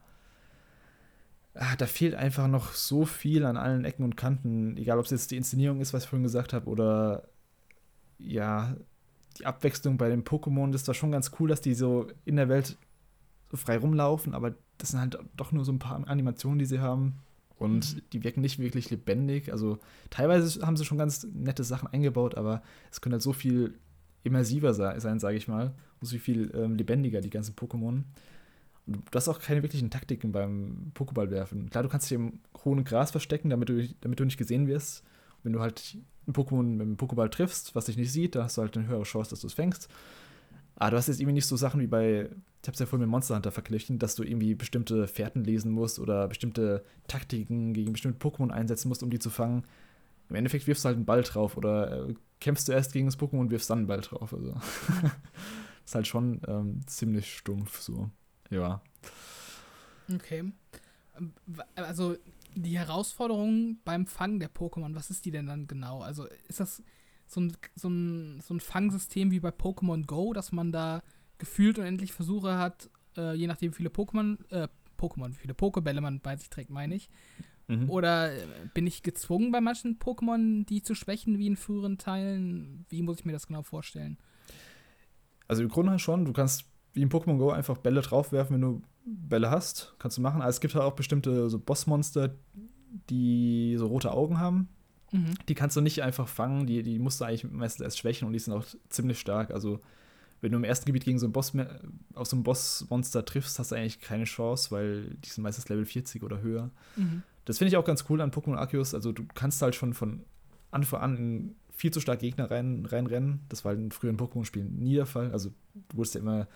A: da fehlt einfach noch so viel an allen Ecken und Kanten, egal ob es jetzt die Inszenierung ist, was ich vorhin gesagt habe, oder ja, die Abwechslung bei den Pokémon. Das war schon ganz cool, dass die so in der Welt so frei rumlaufen, aber das sind halt doch nur so ein paar Animationen, die sie haben. Und die wirken nicht wirklich lebendig. Also teilweise haben sie schon ganz nette Sachen eingebaut, aber es könnte halt so viel immersiver sein, sage ich mal. Und so viel lebendiger, die ganzen Pokémon. Und du hast auch keine wirklichen Taktiken beim Pokéball-Werfen. Klar, du kannst dich im hohen Gras verstecken, damit du nicht gesehen wirst. Und wenn du halt ein Pokémon mit dem Pokéball triffst, was dich nicht sieht, da hast du halt eine höhere Chance, dass du es fängst. Aber du hast jetzt irgendwie nicht so Sachen wie ich hab's ja vorhin mit Monster Hunter verglichen, dass du irgendwie bestimmte Fährten lesen musst oder bestimmte Taktiken gegen bestimmte Pokémon einsetzen musst, um die zu fangen. Im Endeffekt wirfst du halt einen Ball drauf oder kämpfst du erst gegen das Pokémon und wirfst dann einen Ball drauf. Also ist halt schon ziemlich stumpf so. Ja.
B: Okay. Also die Herausforderung beim Fangen der Pokémon, was ist die denn dann genau? Also ist das so ein Fangsystem wie bei Pokémon Go, dass man da gefühlt unendlich Versuche hat, je nachdem wie viele wie viele Pokébälle man bei sich trägt, meine ich.
A: Mhm.
B: Oder bin ich gezwungen bei manchen Pokémon, die zu schwächen wie in früheren Teilen? Wie muss ich mir das genau vorstellen?
A: Also im Grunde schon, du kannst wie in Pokémon Go einfach Bälle draufwerfen, wenn du Bälle hast. Kannst du machen. Aber es gibt halt auch bestimmte so Bossmonster, die so rote Augen haben.
B: Mhm.
A: Die kannst du nicht einfach fangen, die musst du eigentlich meistens erst schwächen und die sind auch ziemlich stark. Also, wenn du im ersten Gebiet gegen auf so ein Bossmonster triffst, hast du eigentlich keine Chance, weil die sind meistens Level 40 oder höher.
B: Mhm.
A: Das finde ich auch ganz cool an Pokémon Arceus. Also, du kannst halt schon von Anfang an in viel zu stark Gegner reinrennen. Das war in früheren Pokémon-Spielen nie der Fall. Also, du wurdest ja immer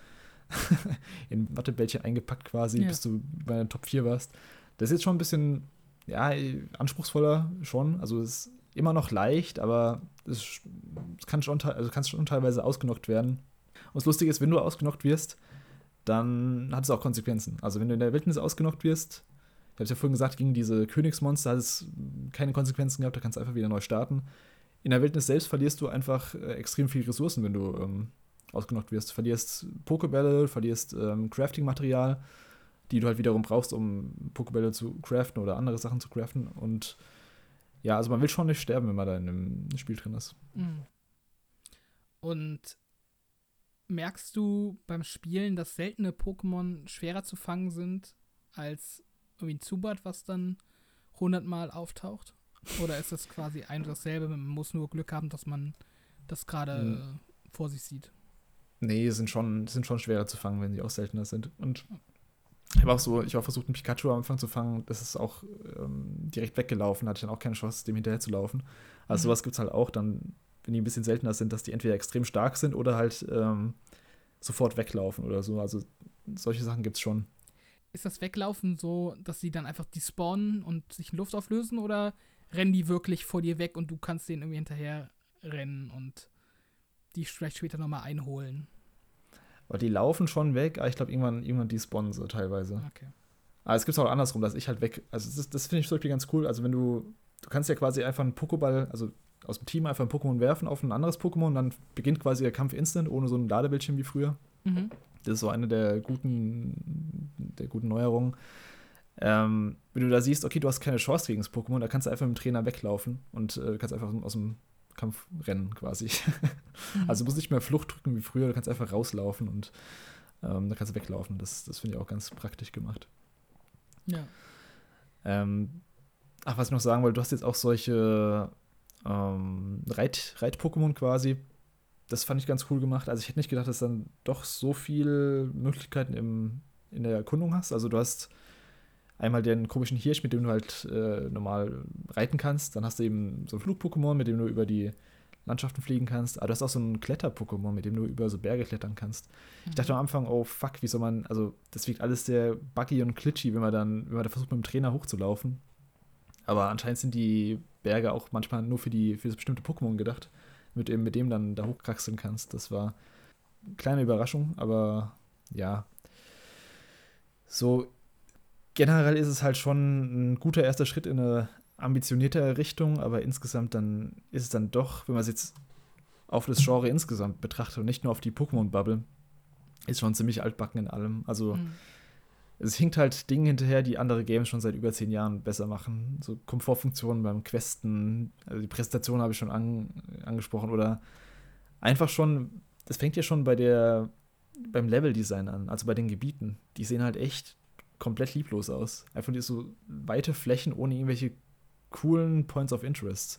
A: in Wattebällchen eingepackt quasi, bis du bei der Top 4 warst. Das ist jetzt schon ein bisschen anspruchsvoller schon. Also es ist immer noch leicht, aber es kann schon teilweise ausgenockt werden. Und das Lustige ist, wenn du ausgenockt wirst, dann hat es auch Konsequenzen. Also wenn du in der Wildnis ausgenockt wirst, ich habe es ja vorhin gesagt, gegen diese Königsmonster hat es keine Konsequenzen gehabt, da kannst du einfach wieder neu starten. In der Wildnis selbst verlierst du einfach extrem viele Ressourcen, wenn du ausgenockt wirst. Du verlierst Pokébälle, verlierst Crafting-Material, die du halt wiederum brauchst, um Pokébälle zu craften oder andere Sachen zu craften. Und ja, also man will schon nicht sterben, wenn man da in einem Spiel drin ist.
B: Und merkst du beim Spielen, dass seltene Pokémon schwerer zu fangen sind als irgendwie ein Zubat, was dann 100-mal auftaucht? Oder ist das quasi ein und dasselbe? Man muss nur Glück haben, dass man das gerade vor sich sieht.
A: Nee, sind schon schwerer zu fangen, wenn sie auch seltener sind. Und ich habe auch versucht, einen Pikachu am Anfang zu fangen. Das ist auch direkt weggelaufen. Hatte ich dann auch keine Chance, dem hinterher zu laufen. Also sowas gibt es halt auch dann, wenn die ein bisschen seltener sind, dass die entweder extrem stark sind oder halt sofort weglaufen oder so. Also solche Sachen gibt es schon.
B: Ist das Weglaufen so, dass sie dann einfach despawnen und sich in Luft auflösen oder rennen die wirklich vor dir weg und du kannst denen irgendwie hinterher rennen und die vielleicht später nochmal einholen?
A: Aber die laufen schon weg, aber ich glaube, irgendwann despawnen sie teilweise.
B: Okay.
A: Aber es gibt auch andersrum, dass ich halt weg. Also das finde ich zum Beispiel ganz cool. Also wenn du kannst ja quasi einfach einen Pokéball, also aus dem Team einfach ein Pokémon werfen auf ein anderes Pokémon, dann beginnt quasi der Kampf instant, ohne so ein Ladebildschirm wie früher. Das ist so eine der guten Neuerungen. wenn du da siehst, okay, du hast keine Chance gegen das Pokémon, da kannst du einfach mit dem Trainer weglaufen und kannst einfach aus dem Kampf rennen quasi. Also du musst nicht mehr Flucht drücken wie früher, du kannst einfach rauslaufen und dann kannst du weglaufen. Das finde ich auch ganz praktisch gemacht.
B: Ja.
A: Was ich noch sagen wollte, du hast jetzt auch solche Reit-Pokémon quasi. Das fand ich ganz cool gemacht. Also ich hätte nicht gedacht, dass du dann doch so viele Möglichkeiten in der Erkundung hast. Also du hast einmal den komischen Hirsch, mit dem du halt normal reiten kannst. Dann hast du eben so ein Flug-Pokémon, mit dem du über die Landschaften fliegen kannst. Aber du hast auch so ein Kletter-Pokémon, mit dem du über so Berge klettern kannst. Ich dachte am Anfang, oh fuck, wie soll man, also das wirkt alles sehr buggy und glitchy, wenn man da versucht, mit dem Trainer hochzulaufen. Aber anscheinend sind die Berge auch manchmal nur für das bestimmte Pokémon gedacht, mit dem dann da hochkraxeln kannst. Das war eine kleine Überraschung, aber ja. So generell ist es halt schon ein guter erster Schritt in eine ambitionierte Richtung, aber insgesamt dann ist es dann doch, wenn man es jetzt auf das Genre insgesamt betrachtet und nicht nur auf die Pokémon-Bubble, ist schon ziemlich altbacken in allem. Also es hinkt halt Dinge hinterher, die andere Games schon seit über 10 Jahren besser machen. So Komfortfunktionen beim Questen, also die Präsentation habe ich schon angesprochen oder einfach schon, das fängt ja schon beim Leveldesign an, also bei den Gebieten. Die sehen halt echt komplett lieblos aus. Einfach so weite Flächen ohne irgendwelche coolen Points of Interest.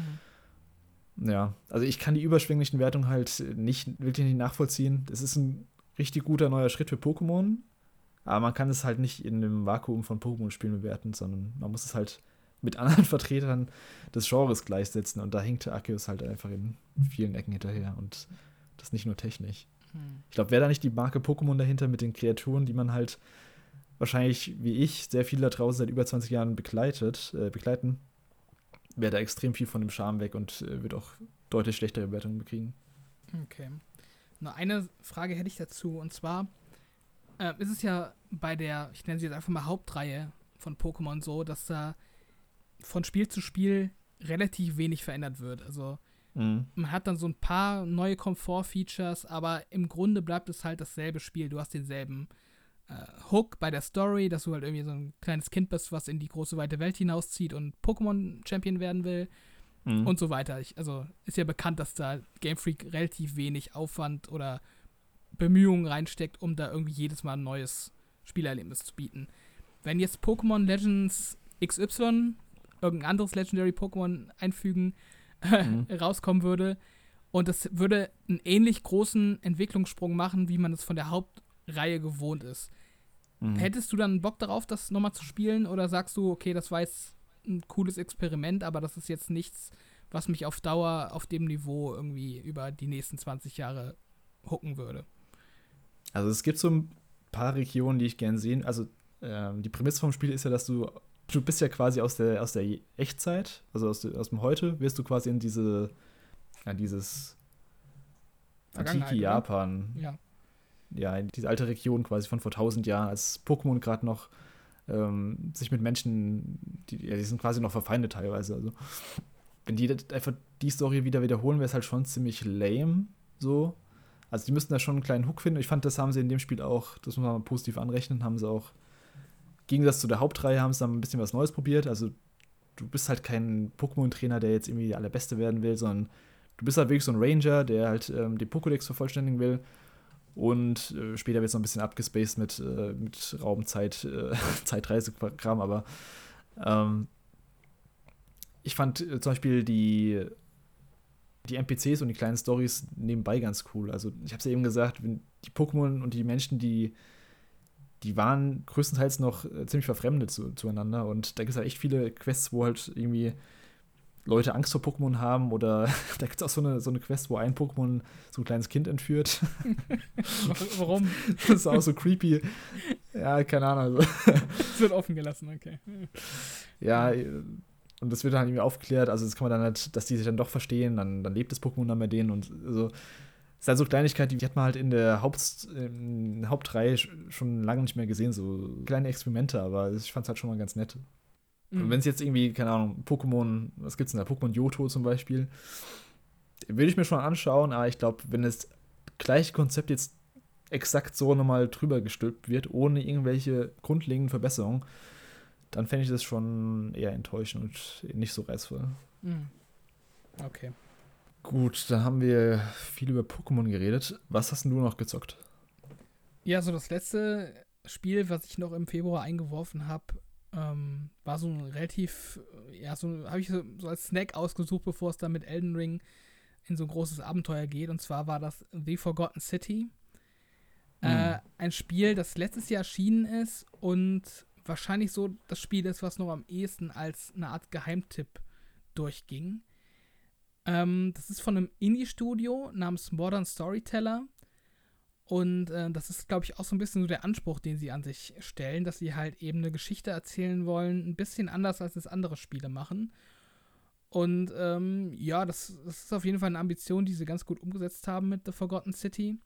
A: Ja, also ich kann die überschwänglichen Wertungen halt wirklich nicht nachvollziehen. Das ist ein richtig guter neuer Schritt für Pokémon, aber man kann es halt nicht in einem Vakuum von Pokémon-Spielen bewerten, sondern man muss es halt mit anderen Vertretern des Genres gleichsetzen und da hinkt Arceus halt einfach in vielen Ecken hinterher und das nicht nur technisch. Ich glaube, wäre da nicht die Marke Pokémon dahinter mit den Kreaturen, die man halt wahrscheinlich, wie ich, sehr viele da draußen seit über 20 Jahren begleiten, wäre da extrem viel von dem Charme weg und wird auch deutlich schlechtere Bewertungen bekriegen.
B: Okay. Nur eine Frage hätte ich dazu, und zwar ist es ja bei der, ich nenne sie jetzt einfach mal Hauptreihe von Pokémon so, dass da von Spiel zu Spiel relativ wenig verändert wird. Also man hat dann so ein paar neue Komfort-Features, aber im Grunde bleibt es halt dasselbe Spiel. Du hast denselben Hook bei der Story, dass du halt irgendwie so ein kleines Kind bist, was in die große weite Welt hinauszieht und Pokémon-Champion werden will und so weiter. Also ist ja bekannt, dass da Game Freak relativ wenig Aufwand oder Bemühungen reinsteckt, um da irgendwie jedes Mal ein neues Spielerlebnis zu bieten. Wenn jetzt Pokémon Legends XY, irgendein anderes Legendary Pokémon einfügen, rauskommen würde und das würde einen ähnlich großen Entwicklungssprung machen, wie man es von der Hauptreihe gewohnt ist. Hättest du dann Bock darauf, das nochmal zu spielen, oder sagst du, okay, das war jetzt ein cooles Experiment, aber das ist jetzt nichts, was mich auf Dauer auf dem Niveau irgendwie über die nächsten 20 Jahre hooken würde?
A: Also es gibt so ein paar Regionen, die ich gern sehen. Also die Prämisse vom Spiel ist ja, dass du bist ja quasi aus der Echtzeit, also aus dem Heute, wirst du quasi in dieses antike Japan, ja, in diese alte Region quasi von vor 1000 Jahren, als Pokémon gerade noch sich mit Menschen, die sind quasi noch verfeindet teilweise. Also wenn die einfach die Story wieder wiederholen, wäre es halt schon ziemlich lame, so. Also die müssten da schon einen kleinen Hook finden. Ich fand, das haben sie in dem Spiel auch, das muss man mal positiv anrechnen, haben sie auch, im Gegensatz zu der Hauptreihe, haben sie dann ein bisschen was Neues probiert. Also du bist halt kein Pokémon-Trainer, der jetzt irgendwie der Allerbeste werden will, sondern du bist halt wirklich so ein Ranger, der halt den Pokédex vervollständigen will. Und später wird es noch ein bisschen abgespaced mit Raumzeit, Zeitreisekram, aber ich fand zum Beispiel die NPCs und die kleinen Storys nebenbei ganz cool. Also ich habe es ja eben gesagt, die Pokémon und die Menschen, die waren größtenteils noch ziemlich verfremdet zueinander. Und da gibt es halt echt viele Quests, wo halt irgendwie Leute Angst vor Pokémon haben. Oder da gibt es auch so eine Quest, wo ein Pokémon so ein kleines Kind entführt.
B: Warum?
A: Das ist auch so creepy. Ja, keine Ahnung. Also.
B: Das wird offen gelassen, okay.
A: Ja, und das wird dann irgendwie aufgeklärt. Also das kann man dann halt, dass die sich dann doch verstehen. Dann lebt das Pokémon dann bei denen. Und so. Das ist halt so Kleinigkeit, die hat man halt in der Hauptreihe schon lange nicht mehr gesehen, so kleine Experimente, aber ich fand es halt schon mal ganz nett. Und wenn es jetzt irgendwie, keine Ahnung, Pokémon, was gibt's denn da, Pokémon Johto zum Beispiel, würde ich mir schon anschauen, aber ich glaube, wenn das gleiche Konzept jetzt exakt so nochmal drüber gestülpt wird, ohne irgendwelche grundlegenden Verbesserungen, dann fände ich das schon eher enttäuschend und nicht so reizvoll.
B: Okay.
A: Gut, dann haben wir viel über Pokémon geredet. Was hast denn du noch gezockt?
B: Ja, so das letzte Spiel, was ich noch im Februar eingeworfen habe, war so ein relativ, habe ich so als Snack ausgesucht, bevor es dann mit Elden Ring in so ein großes Abenteuer geht. Und zwar war das The Forgotten City. Ein Spiel, das letztes Jahr erschienen ist und wahrscheinlich so das Spiel ist, was noch am ehesten als eine Art Geheimtipp durchging. Das ist von einem Indie-Studio namens Modern Storyteller. Und das ist, glaube ich, auch so ein bisschen so der Anspruch, den sie an sich stellen, dass sie halt eben eine Geschichte erzählen wollen, ein bisschen anders, als es andere Spiele machen. Und das ist auf jeden Fall eine Ambition, die sie ganz gut umgesetzt haben mit The Forgotten City.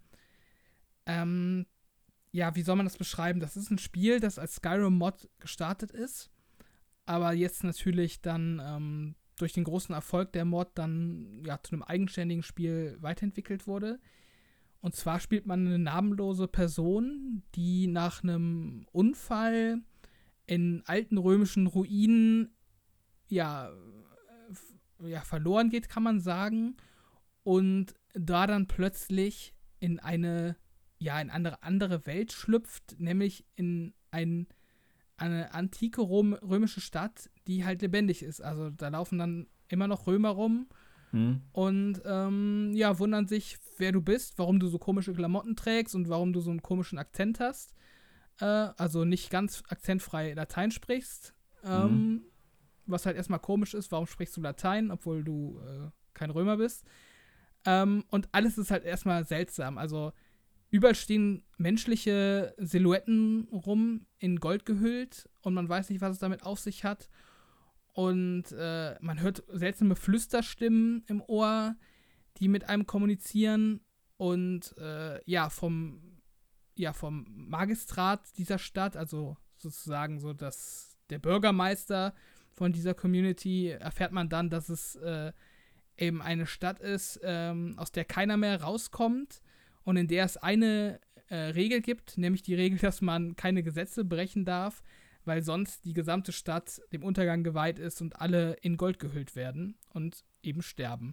B: Wie soll man das beschreiben? Das ist ein Spiel, das als Skyrim-Mod gestartet ist, aber jetzt natürlich dann durch den großen Erfolg der Mod dann zu einem eigenständigen Spiel weiterentwickelt wurde. Und zwar spielt man eine namenlose Person, die nach einem Unfall in alten römischen Ruinen verloren geht, kann man sagen. Und da dann plötzlich in eine andere Welt schlüpft, nämlich in eine antike römische Stadt, die halt lebendig ist. Also da laufen dann immer noch Römer rum und wundern sich, wer du bist, warum du so komische Klamotten trägst und warum du so einen komischen Akzent hast. Also nicht ganz akzentfrei Latein sprichst. Was halt erstmal komisch ist, warum sprichst du Latein, obwohl du kein Römer bist. Und alles ist halt erstmal seltsam. Also überall stehen menschliche Silhouetten rum, in Gold gehüllt und man weiß nicht, was es damit auf sich hat. Und man hört seltsame Flüsterstimmen im Ohr, die mit einem kommunizieren. Und vom Magistrat dieser Stadt, also sozusagen so der Bürgermeister von dieser Community, erfährt man dann, dass es eben eine Stadt ist, aus der keiner mehr rauskommt und in der es eine Regel gibt, nämlich die Regel, dass man keine Gesetze brechen darf, weil sonst die gesamte Stadt dem Untergang geweiht ist und alle in Gold gehüllt werden und eben sterben.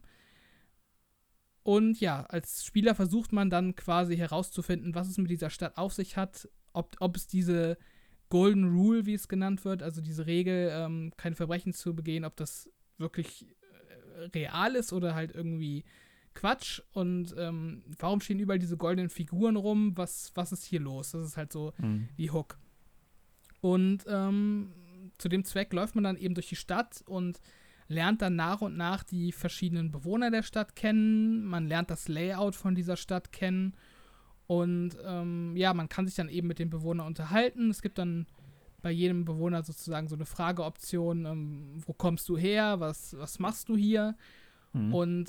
B: Und als Spieler versucht man dann quasi herauszufinden, was es mit dieser Stadt auf sich hat, ob es diese Golden Rule, wie es genannt wird, also diese Regel, keine Verbrechen zu begehen, ob das wirklich real ist oder halt irgendwie Quatsch. Und warum stehen überall diese goldenen Figuren rum? Was ist hier los? Das ist halt so die Hook. Und zu dem Zweck läuft man dann eben durch die Stadt und lernt dann nach und nach die verschiedenen Bewohner der Stadt kennen. Man lernt das Layout von dieser Stadt kennen. Und man kann sich dann eben mit den Bewohnern unterhalten. Es gibt dann bei jedem Bewohner sozusagen so eine Frageoption, wo kommst du her, was machst du hier? Und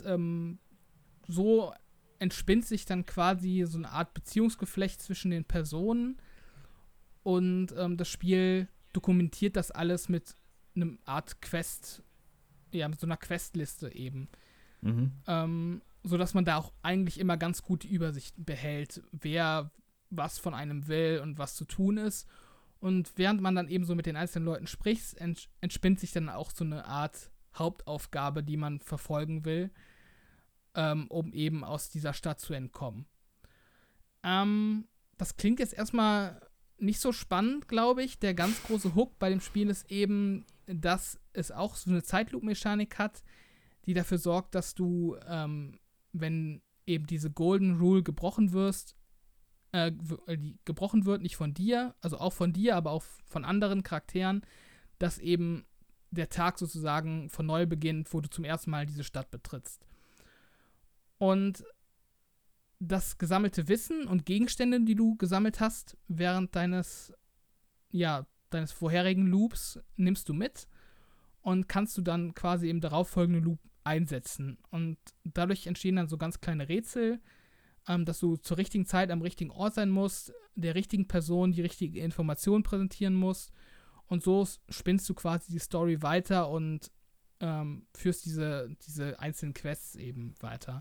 B: so entspinnt sich dann quasi so eine Art Beziehungsgeflecht zwischen den Personen und das Spiel dokumentiert das alles mit einem Art Quest, mit so einer Questliste eben. Sodass man da auch eigentlich immer ganz gut die Übersicht behält, wer was von einem will und was zu tun ist. Und während man dann eben so mit den einzelnen Leuten spricht, entspinnt sich dann auch so eine Art Hauptaufgabe, die man verfolgen will, um eben aus dieser Stadt zu entkommen. Das klingt jetzt erstmal nicht so spannend, glaube ich. Der ganz große Hook bei dem Spiel ist eben, dass es auch so eine Zeitloop-Mechanik hat, die dafür sorgt, dass du, wenn eben diese Golden Rule gebrochen wird, nicht von dir, also auch von dir, aber auch von anderen Charakteren, dass eben der Tag sozusagen von neu beginnt, wo du zum ersten Mal diese Stadt betrittst. Und das gesammelte Wissen und Gegenstände, die du gesammelt hast während deines vorherigen Loops, nimmst du mit und kannst du dann quasi im darauffolgenden Loop einsetzen. Und dadurch entstehen dann so ganz kleine Rätsel, dass du zur richtigen Zeit am richtigen Ort sein musst, der richtigen Person die richtige Information präsentieren musst. Und so spinnst du quasi die Story weiter und führst diese einzelnen Quests eben weiter.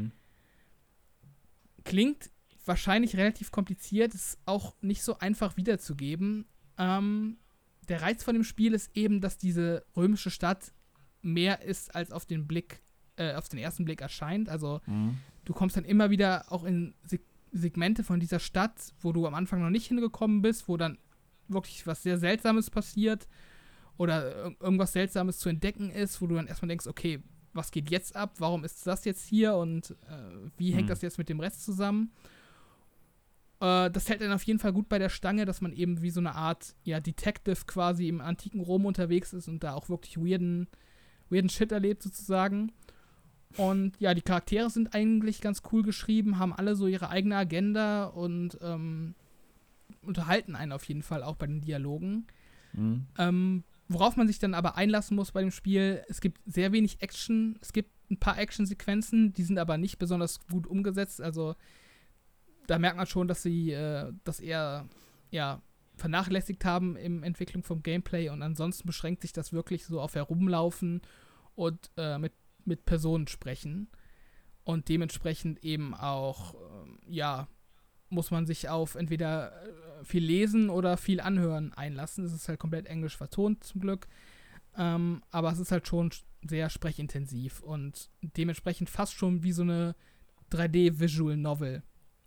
B: Klingt wahrscheinlich relativ kompliziert, ist auch nicht so einfach wiederzugeben. der Reiz von dem Spiel ist eben, dass diese römische Stadt mehr ist, als auf den ersten Blick erscheint. Also du kommst dann immer wieder auch in Segmente von dieser Stadt, wo du am Anfang noch nicht hingekommen bist, wo dann wirklich was sehr Seltsames passiert oder irgendwas Seltsames zu entdecken ist, wo du dann erstmal denkst, okay, was geht jetzt ab? Warum ist das jetzt hier? Und wie hängt das jetzt mit dem Rest zusammen? Das hält dann auf jeden Fall gut bei der Stange, dass man eben wie so eine Art Detective quasi im antiken Rom unterwegs ist und da auch wirklich weirden Shit erlebt sozusagen. Und ja, die Charaktere sind eigentlich ganz cool geschrieben, haben alle so ihre eigene Agenda und unterhalten einen auf jeden Fall auch bei den Dialogen. Worauf man sich dann aber einlassen muss bei dem Spiel, es gibt sehr wenig Action, es gibt ein paar Actionsequenzen, die sind aber nicht besonders gut umgesetzt, also da merkt man schon, dass sie das eher vernachlässigt haben in Entwicklung vom Gameplay und ansonsten beschränkt sich das wirklich so auf Herumlaufen und mit Personen sprechen und dementsprechend eben auch, muss man sich auf entweder viel lesen oder viel anhören einlassen. Es ist halt komplett englisch vertont zum Glück, aber es ist halt schon sehr sprechintensiv und dementsprechend fast schon wie so eine 3D-Visual Novel.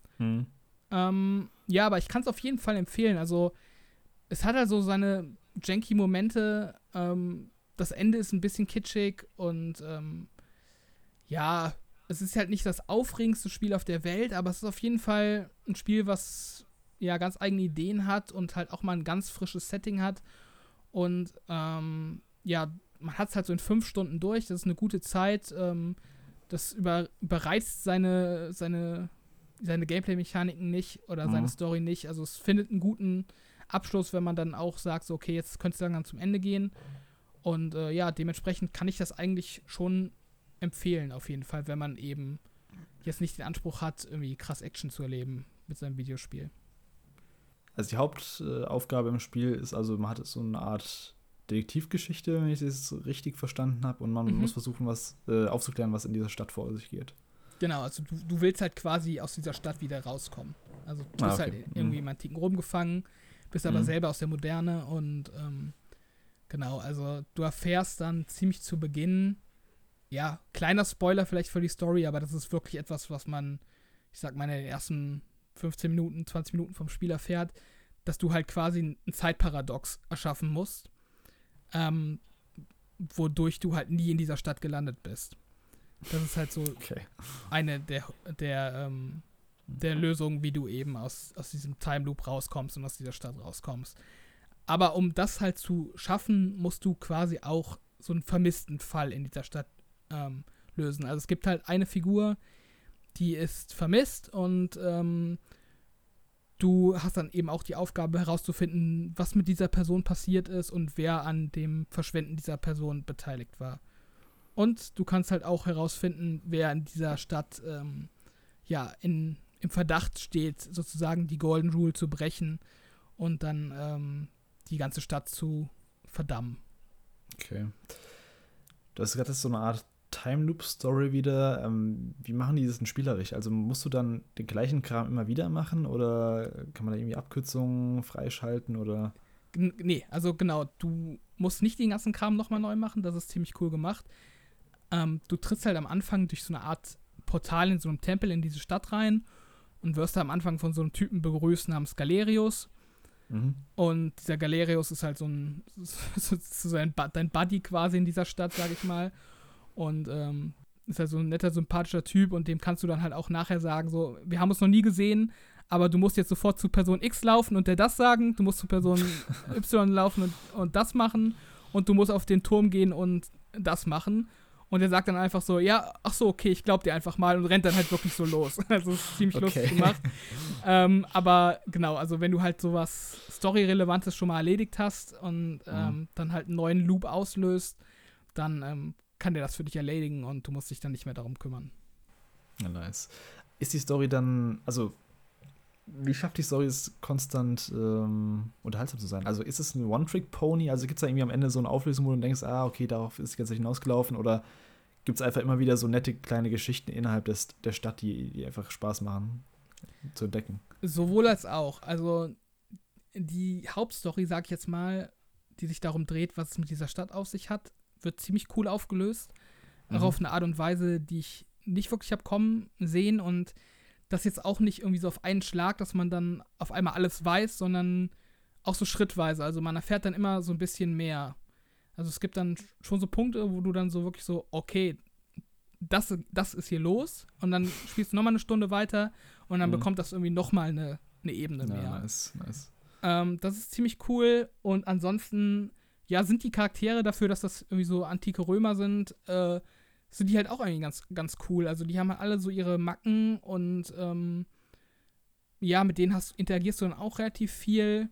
B: Aber ich kann es auf jeden Fall empfehlen. Also es hat also seine janky Momente. Das Ende ist ein bisschen kitschig und es ist halt nicht das aufregendste Spiel auf der Welt, aber es ist auf jeden Fall ein Spiel, was ganz eigene Ideen hat und halt auch mal ein ganz frisches Setting hat. Und man hat es halt so in 5 Stunden durch. Das ist eine gute Zeit. Das überreizt seine Gameplay-Mechaniken nicht oder seine Story nicht. Also es findet einen guten Abschluss, wenn man dann auch sagt, so, okay, jetzt könnte es langsam zum Ende gehen. Und dementsprechend kann ich das eigentlich schon empfehlen, auf jeden Fall, wenn man eben jetzt nicht den Anspruch hat, irgendwie krass Action zu erleben mit seinem Videospiel.
A: Also die Hauptaufgabe im Spiel ist also, man hat so eine Art Detektivgeschichte, wenn ich das richtig verstanden habe, und man muss versuchen, was aufzuklären, was in dieser Stadt vor sich geht.
B: Genau, also du willst halt quasi aus dieser Stadt wieder rauskommen. Also du bist halt irgendwie im antiken Rom gefangen, bist aber selber aus der Moderne und genau, also du erfährst dann ziemlich zu Beginn, kleiner Spoiler vielleicht für die Story, aber das ist wirklich etwas, was man, ich sag mal, in den ersten 15 Minuten, 20 Minuten vom Spiel erfährt, dass du halt quasi ein Zeitparadox erschaffen musst, wodurch du halt nie in dieser Stadt gelandet bist. Das ist halt so eine der Lösungen, wie du eben aus diesem Time Loop rauskommst und aus dieser Stadt rauskommst. Aber um das halt zu schaffen, musst du quasi auch so einen vermissten Fall in dieser Stadt lösen. Also es gibt halt eine Figur, die ist vermisst und du hast dann eben auch die Aufgabe herauszufinden, was mit dieser Person passiert ist und wer an dem Verschwinden dieser Person beteiligt war. Und du kannst halt auch herausfinden, wer in dieser Stadt im Verdacht steht, sozusagen die Golden Rule zu brechen und dann die ganze Stadt zu verdammen.
A: Okay. Du hast gerade so eine Art Time-Loop-Story wieder. Wie machen die das denn spielerisch? Also musst du dann den gleichen Kram immer wieder machen oder kann man da irgendwie Abkürzungen freischalten oder?
B: Nee, also genau, du musst nicht den ganzen Kram nochmal neu machen, das ist ziemlich cool gemacht. Du trittst halt am Anfang durch so eine Art Portal in so einem Tempel in diese Stadt rein und wirst da am Anfang von so einem Typen begrüßt namens Galerius. Und dieser Galerius ist halt dein Buddy quasi in dieser Stadt, sag ich mal. Und ist halt so ein netter, sympathischer Typ und dem kannst du dann halt auch nachher sagen, so, wir haben uns noch nie gesehen, aber du musst jetzt sofort zu Person X laufen und der das sagen, du musst zu Person Y laufen und das machen und du musst auf den Turm gehen und das machen. Und er sagt dann einfach so, okay, ich glaub dir einfach mal und rennt dann halt wirklich so los. Also das ist ziemlich lustig gemacht. Aber genau, also wenn du halt sowas Story-Relevantes schon mal erledigt hast und dann halt einen neuen Loop auslöst, dann kann der das für dich erledigen und du musst dich dann nicht mehr darum kümmern.
A: Ja, nice. Ist die Story dann, also wie schafft die Story es konstant unterhaltsam zu sein? Also ist es ein One-Trick-Pony? Also gibt es da irgendwie am Ende so eine Auflösung, wo du denkst, okay, darauf ist die ganze Zeit hinausgelaufen? Oder gibt es einfach immer wieder so nette kleine Geschichten innerhalb der Stadt, die einfach Spaß machen zu entdecken?
B: Sowohl als auch. Also die Hauptstory, sag ich jetzt mal, die sich darum dreht, was es mit dieser Stadt auf sich hat, wird ziemlich cool aufgelöst. Auch auf eine Art und Weise, die ich nicht wirklich habe kommen sehen. Und das jetzt auch nicht irgendwie so auf einen Schlag, dass man dann auf einmal alles weiß, sondern auch so schrittweise. Also man erfährt dann immer so ein bisschen mehr. Also es gibt dann schon so Punkte, wo du dann so wirklich so, okay, das ist hier los. Und dann spielst du nochmal eine Stunde weiter und dann bekommt das irgendwie nochmal eine Ebene mehr.
A: Ja, nice.
B: Das ist ziemlich cool. Und ansonsten, ja, sind die Charaktere dafür, dass das irgendwie so antike Römer sind, sind die halt auch irgendwie ganz, ganz cool. Also die haben halt alle so ihre Macken und ja, mit denen interagierst du dann auch relativ viel.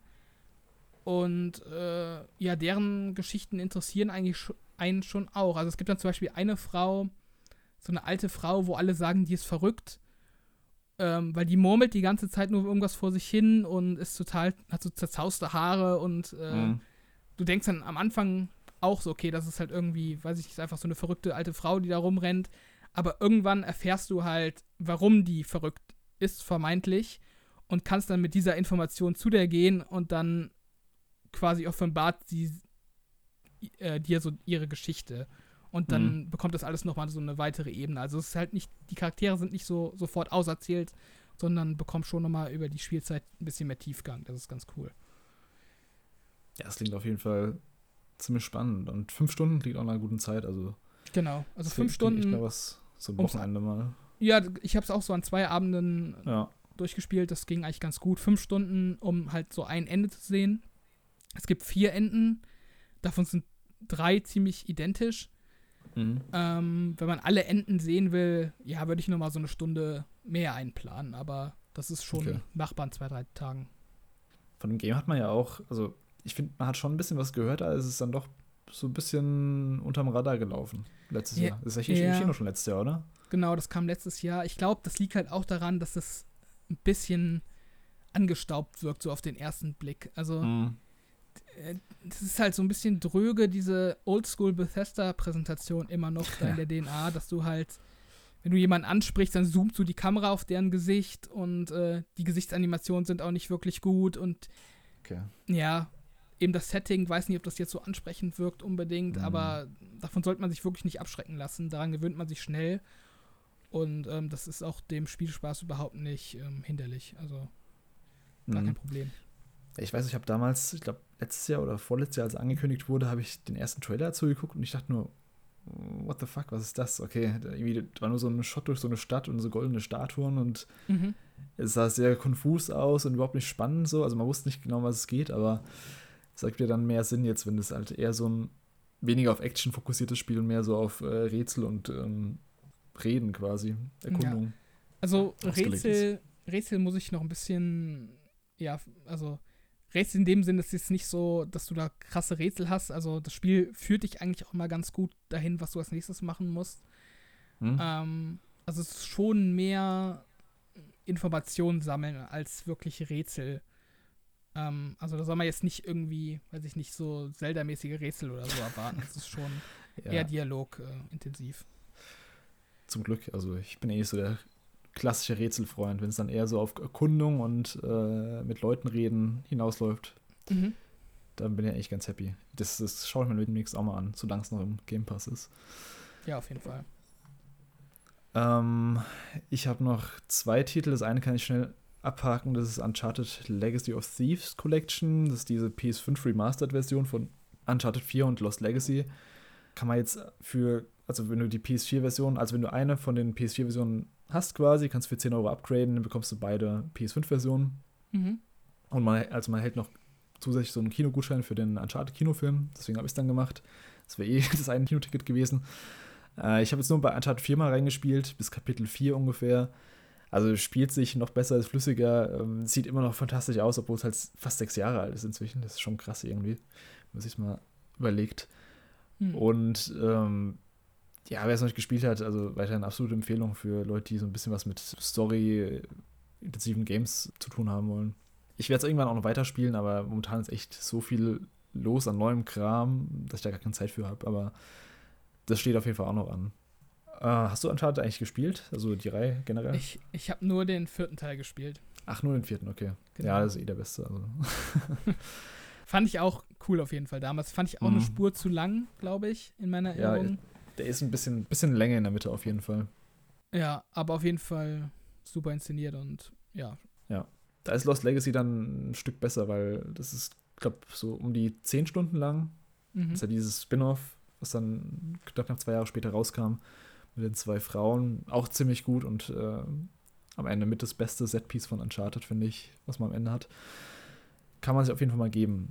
B: Und ja, deren Geschichten interessieren eigentlich einen schon auch. Also es gibt dann zum Beispiel eine Frau, so eine alte Frau, wo alle sagen, die ist verrückt, weil die murmelt die ganze Zeit nur irgendwas vor sich hin und ist hat so zerzauste Haare und du denkst dann am Anfang auch so, okay, das ist halt irgendwie, weiß ich nicht, ist einfach so eine verrückte alte Frau, die da rumrennt. Aber irgendwann erfährst du halt, warum die verrückt ist, vermeintlich, und kannst dann mit dieser Information zu der gehen und dann quasi offenbart sie dir so ihre Geschichte. Und dann bekommt das alles nochmal so eine weitere Ebene. Also es ist halt nicht, die Charaktere sind nicht so sofort auserzählt, sondern bekommen schon nochmal über die Spielzeit ein bisschen mehr Tiefgang. Das ist ganz cool.
A: Ja, das klingt auf jeden Fall ziemlich spannend. Und 5 Stunden klingt auch nach einer guten Zeit. Also
B: genau, also 5 Stunden.
A: Echt mal was, so ein Wochenende mal.
B: Ja, ich habe es auch so an 2 Abenden durchgespielt. Das ging eigentlich ganz gut. 5 Stunden, um halt so ein Ende zu sehen. Es gibt 4 Enden. Davon sind 3 ziemlich identisch. Wenn man alle Enden sehen will, ja, würde ich nochmal so eine Stunde mehr einplanen. Aber das ist schon machbar in 2-3 Tagen.
A: Von dem Game hat man ja auch, also ich finde, man hat schon ein bisschen was gehört, aber es ist dann doch so ein bisschen unterm Radar gelaufen letztes Jahr. Das ist ja schon letztes Jahr, oder?
B: Genau, das kam letztes Jahr. Ich glaube, das liegt halt auch daran, dass es ein bisschen angestaubt wirkt, so auf den ersten Blick. Also das ist halt so ein bisschen dröge, diese Oldschool Bethesda-Präsentation immer noch da in der DNA, dass du halt, wenn du jemanden ansprichst, dann zoomst du die Kamera auf deren Gesicht und die Gesichtsanimationen sind auch nicht wirklich gut und ja, eben das Setting, weiß nicht, ob das jetzt so ansprechend wirkt unbedingt, aber davon sollte man sich wirklich nicht abschrecken lassen. Daran gewöhnt man sich schnell und das ist auch dem Spielspaß überhaupt nicht hinderlich. Also gar kein Problem.
A: Ich weiß, ich habe damals, ich glaube, letztes Jahr oder vorletztes Jahr, als angekündigt wurde, habe ich den ersten Trailer dazu geguckt und ich dachte nur, what the fuck, was ist das? Okay, irgendwie war nur so ein Shot durch so eine Stadt und so goldene Statuen und es sah sehr konfus aus und überhaupt nicht spannend so. Also man wusste nicht genau, was es geht, aber es ergibt ja dann mehr Sinn jetzt, wenn es halt eher so ein weniger auf Action fokussiertes Spiel und mehr so auf Rätsel und Reden quasi, Erkundung.
B: Ja. Also Rätsel muss ich noch ein bisschen, ja, also Rätsel in dem Sinne ist jetzt nicht so, dass du da krasse Rätsel hast. Also das Spiel führt dich eigentlich auch mal ganz gut dahin, was du als nächstes machen musst. Also es ist schon mehr Informationen sammeln als wirklich Rätsel. Also da soll man jetzt nicht irgendwie, weiß ich nicht, so Zelda-mäßige Rätsel oder so erwarten. Es ist schon eher Dialog intensiv.
A: Zum Glück. Also ich bin nicht so der klassische Rätselfreund, wenn es dann eher so auf Erkundung und mit Leuten reden hinausläuft, dann bin ich eigentlich ganz happy. Das schaue ich mir demnächst auch mal an, solange es noch im Game Pass ist.
B: Ja, auf jeden Fall.
A: Ich habe noch 2 Titel. Das eine kann ich schnell abhaken. Das ist Uncharted Legacy of Thieves Collection. Das ist diese PS5 Remastered-Version von Uncharted 4 und Lost Legacy. Kann man jetzt also wenn du die PS4-Version, also wenn du eine von den PS4-Versionen hast quasi, kannst du für 10 Euro upgraden, dann bekommst du beide PS5-Versionen. Und man hält noch zusätzlich so einen Kinogutschein für den Uncharted-Kinofilm. Deswegen habe ich es dann gemacht. Das wäre das eine Kinoticket gewesen. Ich habe jetzt nur bei Uncharted 4 mal reingespielt, bis Kapitel 4 ungefähr. Also spielt sich noch besser, ist flüssiger, sieht immer noch fantastisch aus, obwohl es halt fast 6 Jahre alt ist inzwischen. Das ist schon krass irgendwie, wenn man sich mal überlegt. Und ja, wer es noch nicht gespielt hat, also weiterhin absolute Empfehlung für Leute, die so ein bisschen was mit Story-intensiven Games zu tun haben wollen. Ich werde es irgendwann auch noch weiterspielen, aber momentan ist echt so viel los an neuem Kram, dass ich da gar keine Zeit für habe. Aber das steht auf jeden Fall auch noch an. Hast du Uncharted eigentlich gespielt? Also die Reihe generell?
B: Ich habe nur den 4. Teil gespielt.
A: Ach, nur den 4., okay. Genau. Ja, das ist der beste. Also.
B: Fand ich auch cool auf jeden Fall damals. Fand ich auch eine Spur zu lang, glaube ich, in meiner Erinnerung.
A: Ja, der ist ein bisschen Länge in der Mitte auf jeden Fall.
B: Ja, aber auf jeden Fall super inszeniert und ja.
A: Ja, da ist Lost Legacy dann ein Stück besser, weil das ist, glaube ich, so um die 10 Stunden lang. Das ist ja dieses Spin-off, was dann knapp 2 Jahre später rauskam, mit den 2 Frauen. Auch ziemlich gut und am Ende mit das beste Setpiece von Uncharted, finde ich, was man am Ende hat. Kann man sich auf jeden Fall mal geben.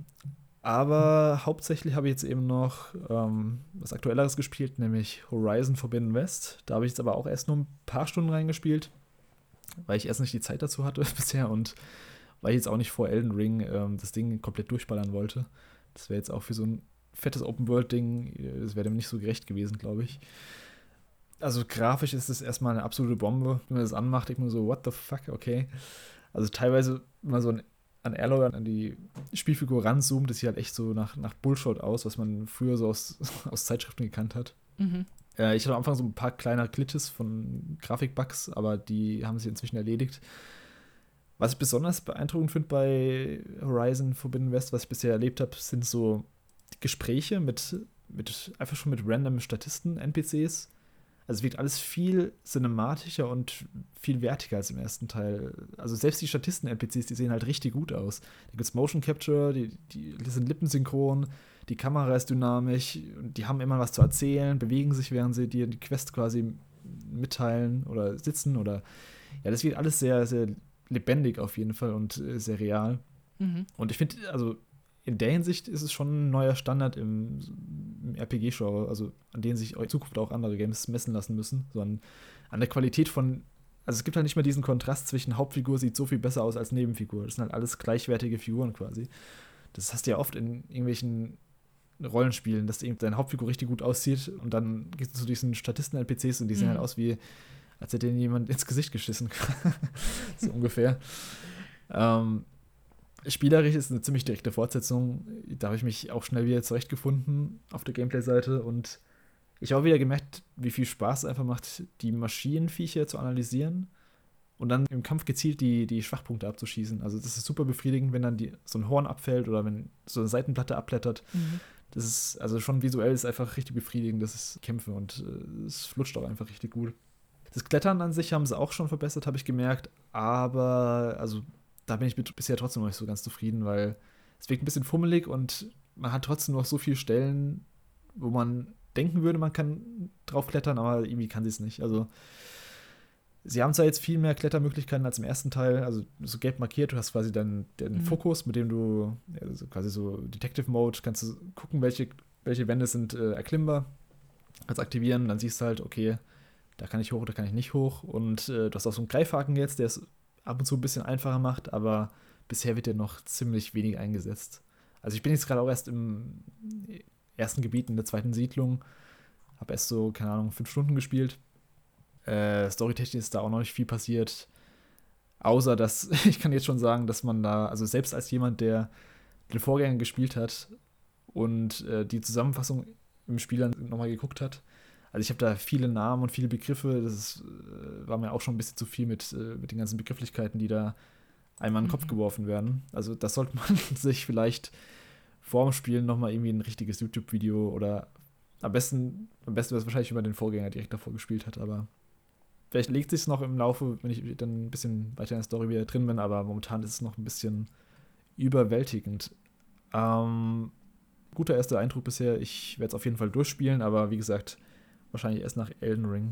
A: Aber hauptsächlich habe ich jetzt eben noch was Aktuelleres gespielt, nämlich Horizon Forbidden West. Da habe ich jetzt aber auch erst nur ein paar Stunden reingespielt, weil ich erst nicht die Zeit dazu hatte bisher und weil ich jetzt auch nicht vor Elden Ring das Ding komplett durchballern wollte. Das wäre jetzt auch für so ein fettes Open-World-Ding, das wäre dem nicht so gerecht gewesen, glaube ich. Also grafisch ist es erstmal eine absolute Bombe. Wenn man das anmacht, denkt man so, what the fuck, okay. Also teilweise, wenn man so an Aloy an die Spielfigur ranzoomt, das sieht halt echt so nach Bullshit aus, was man früher so aus Zeitschriften gekannt hat. Ich hatte am Anfang so ein paar kleine Glitches von Grafikbugs, aber die haben sich inzwischen erledigt. Was ich besonders beeindruckend finde bei Horizon Forbidden West, was ich bisher erlebt habe, sind so Gespräche mit einfach schon mit random Statisten, NPCs. Also es wirkt alles viel cinematischer und viel wertiger als im ersten Teil. Also selbst die Statisten-NPCs, die sehen halt richtig gut aus. Da gibt es Motion Capture, die sind lippensynchron, die Kamera ist dynamisch, die haben immer was zu erzählen, bewegen sich, während sie dir die Quest quasi mitteilen oder sitzen oder ja, das wird alles sehr, sehr lebendig auf jeden Fall und sehr real. Und ich finde, also in der Hinsicht ist es schon ein neuer Standard im RPG-Genre, also an denen sich in Zukunft auch andere Games messen lassen müssen, sondern an der Qualität von, also es gibt halt nicht mehr diesen Kontrast zwischen Hauptfigur sieht so viel besser aus als Nebenfigur. Das sind halt alles gleichwertige Figuren quasi. Das hast du ja oft in irgendwelchen Rollenspielen, dass deine Hauptfigur richtig gut aussieht und dann geht es zu diesen Statisten-NPCs und die sehen halt aus wie, als hätte ihnen jemand ins Gesicht geschissen. So ungefähr. Spielerisch ist eine ziemlich direkte Fortsetzung. Da habe ich mich auch schnell wieder zurechtgefunden auf der Gameplay-Seite und ich habe auch wieder gemerkt, wie viel Spaß es einfach macht, die Maschinenviecher zu analysieren und dann im Kampf gezielt die Schwachpunkte abzuschießen. Also das ist super befriedigend, wenn dann so ein Horn abfällt oder wenn so eine Seitenplatte abblättert. Das ist, also schon visuell ist einfach richtig befriedigend, das ist Kämpfe und es flutscht auch einfach richtig gut. Das Klettern an sich haben sie auch schon verbessert, habe ich gemerkt, aber also da bin ich bisher trotzdem noch nicht so ganz zufrieden, weil es wirkt ein bisschen fummelig und man hat trotzdem noch so viele Stellen, wo man denken würde, man kann drauf klettern, aber irgendwie kann sie es nicht. Also sie haben zwar jetzt viel mehr Klettermöglichkeiten als im ersten Teil, also so gelb markiert, du hast quasi den Fokus, mit dem du also quasi so Detective Mode, kannst du gucken, welche Wände sind erklimmbar, kannst aktivieren, dann siehst du halt, okay, da kann ich hoch, da kann ich nicht hoch und du hast auch so einen Greifhaken jetzt, der es ab und zu ein bisschen einfacher macht, aber bisher wird der noch ziemlich wenig eingesetzt. Also ich bin jetzt gerade auch erst im ersten Gebiet in der zweiten Siedlung, habe erst so, keine Ahnung, 5 Stunden gespielt. Storytechnisch ist da auch noch nicht viel passiert, außer dass, ich kann jetzt schon sagen, dass man da, also selbst als jemand, der den Vorgänger gespielt hat und die Zusammenfassung im Spiel dann nochmal geguckt hat, also ich habe da viele Namen und viele Begriffe, war mir auch schon ein bisschen zu viel mit den ganzen Begrifflichkeiten, die da einmal in den Kopf geworfen werden. Also das sollte man sich vielleicht vorm Spielen nochmal irgendwie ein richtiges YouTube-Video oder am besten wäre es wahrscheinlich, wenn man den Vorgänger direkt davor gespielt hat, aber vielleicht legt sich es noch im Laufe, wenn ich dann ein bisschen weiter in der Story wieder drin bin, aber momentan ist es noch ein bisschen überwältigend. Guter erster Eindruck bisher, ich werde es auf jeden Fall durchspielen, aber wie gesagt, wahrscheinlich erst nach Elden Ring.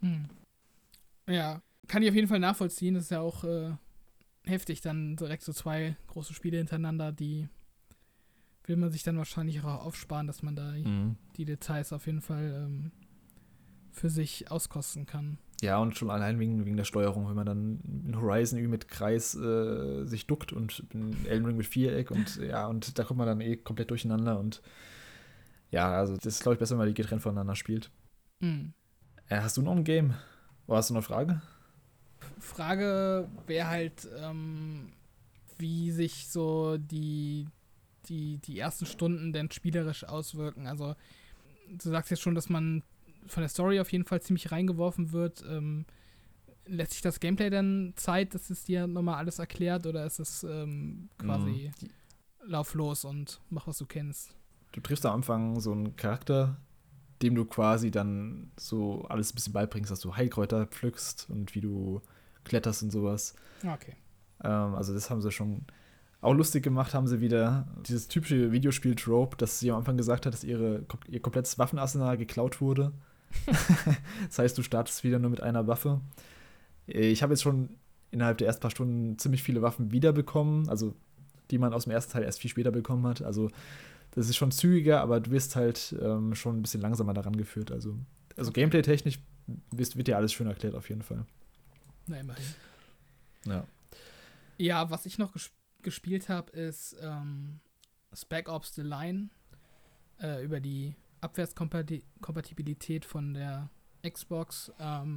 B: Ja, kann ich auf jeden Fall nachvollziehen. Das ist ja auch heftig, dann direkt so 2 große Spiele hintereinander, die will man sich dann wahrscheinlich auch aufsparen, dass man da die Details auf jeden Fall für sich auskosten kann.
A: Ja, und schon allein wegen der Steuerung, wenn man dann in Horizon irgendwie mit Kreis sich duckt und in Elden Ring mit Viereck und da kommt man dann komplett durcheinander und ja, also das ist, glaube ich, besser, wenn man die getrennt voneinander spielt. Hast du noch ein Game? Oder hast du noch eine Frage?
B: Frage wäre halt, wie sich so die ersten Stunden denn spielerisch auswirken. Also du sagst jetzt schon, dass man von der Story auf jeden Fall ziemlich reingeworfen wird. Lässt sich das Gameplay dann Zeit, dass es dir nochmal alles erklärt oder ist es quasi lauf los und mach, was du kennst.
A: Du triffst am Anfang so einen Charakter, dem du quasi dann so alles ein bisschen beibringst, dass du Heilkräuter pflückst und wie du kletterst und sowas.
B: Okay.
A: Also das haben sie schon auch lustig gemacht, haben sie wieder dieses typische Videospiel-Trope, dass sie am Anfang gesagt hat, dass ihr komplettes Waffenarsenal geklaut wurde. Das heißt, du startest wieder nur mit einer Waffe. Ich habe jetzt schon innerhalb der ersten paar Stunden ziemlich viele Waffen wiederbekommen, also die man aus dem ersten Teil erst viel später bekommen hat. Also das ist schon zügiger, aber du wirst halt schon ein bisschen langsamer daran geführt. Also okay. Gameplay-technisch wird dir alles schön erklärt auf jeden Fall.
B: Na, immerhin.
A: Ja.
B: Ja, was ich noch gespielt habe, ist Spec Ops The Line über die Abwärtskompatibilität von der Xbox.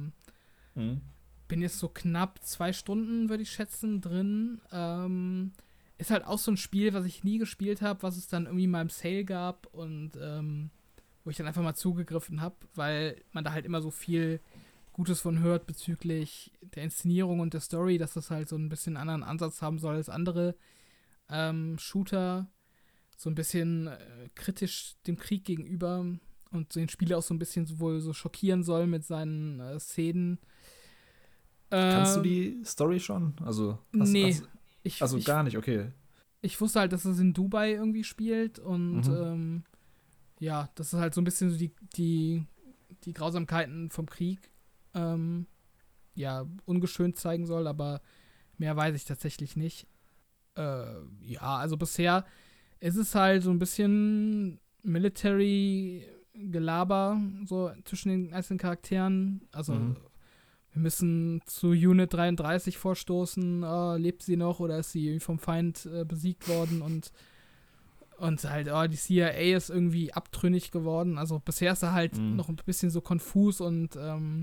B: Bin jetzt so knapp 2 Stunden, würde ich schätzen, drin. Ist halt auch so ein Spiel, was ich nie gespielt habe, was es dann irgendwie mal im Sale gab und wo ich dann einfach mal zugegriffen habe, weil man da halt immer so viel Gutes von hört bezüglich der Inszenierung und der Story, dass das halt so ein bisschen anderen Ansatz haben soll als andere Shooter, so ein bisschen kritisch dem Krieg gegenüber und den Spieler auch so ein bisschen wohl so schockieren soll mit seinen Szenen.
A: Kannst du die Story schon? Also
B: nee.
A: Gar nicht, okay.
B: Ich wusste halt, dass es in Dubai irgendwie spielt und ja, dass es halt so ein bisschen so die Grausamkeiten vom Krieg ja, ungeschönt zeigen soll, aber mehr weiß ich tatsächlich nicht. Ja, also bisher ist es halt so ein bisschen Military-Gelaber so zwischen den einzelnen Charakteren. Also wir müssen zu Unit 33 vorstoßen, lebt sie noch oder ist sie vom Feind besiegt worden und halt, die CIA ist irgendwie abtrünnig geworden. Also bisher ist er halt noch ein bisschen so konfus und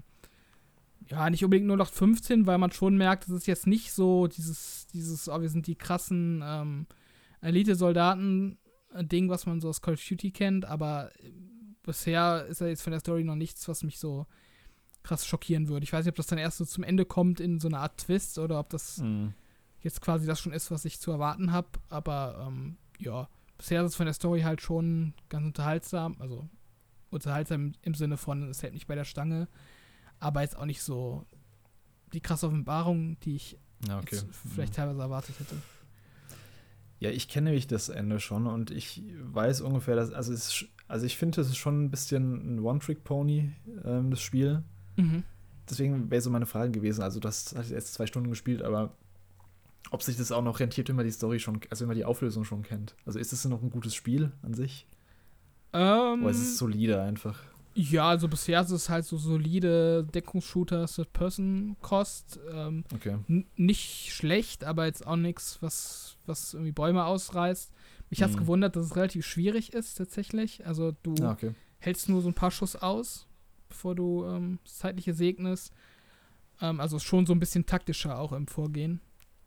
B: ja, nicht unbedingt nur noch 15, weil man schon merkt, es ist jetzt nicht so dieses wir sind die krassen Elite-Soldaten-Ding, was man so aus Call of Duty kennt, aber bisher ist er jetzt von der Story noch nichts, was mich so krass schockieren würde. Ich weiß nicht, ob das dann erst so zum Ende kommt in so eine Art Twist oder ob das jetzt quasi das schon ist, was ich zu erwarten habe, aber ja, bisher ist es von der Story halt schon ganz unterhaltsam, also unterhaltsam im Sinne von, es hält mich bei der Stange, aber jetzt auch nicht so die krasse Offenbarung, die ich jetzt vielleicht teilweise erwartet hätte.
A: Ja, ich kenne nämlich das Ende schon und ich weiß ungefähr, dass, also ich finde, es ist schon ein bisschen ein One-Trick-Pony, das Spiel. Deswegen wäre so meine Frage gewesen, also das hat jetzt 2 Stunden gespielt, aber ob sich das auch noch rentiert, wenn man die Story schon, also wenn man die Auflösung schon kennt. Also ist es noch ein gutes Spiel an sich? Oder ist es solide einfach?
B: Ja, also bisher ist es halt so solide Deckungsshooter, Third-Person-Kost.
A: Okay.
B: Nicht schlecht, aber jetzt auch nichts, was irgendwie Bäume ausreißt. Mich hat's gewundert, dass es relativ schwierig ist tatsächlich. Also du hältst nur so ein paar Schuss aus, bevor du das Zeitliche segnest. Also schon so ein bisschen taktischer auch im Vorgehen.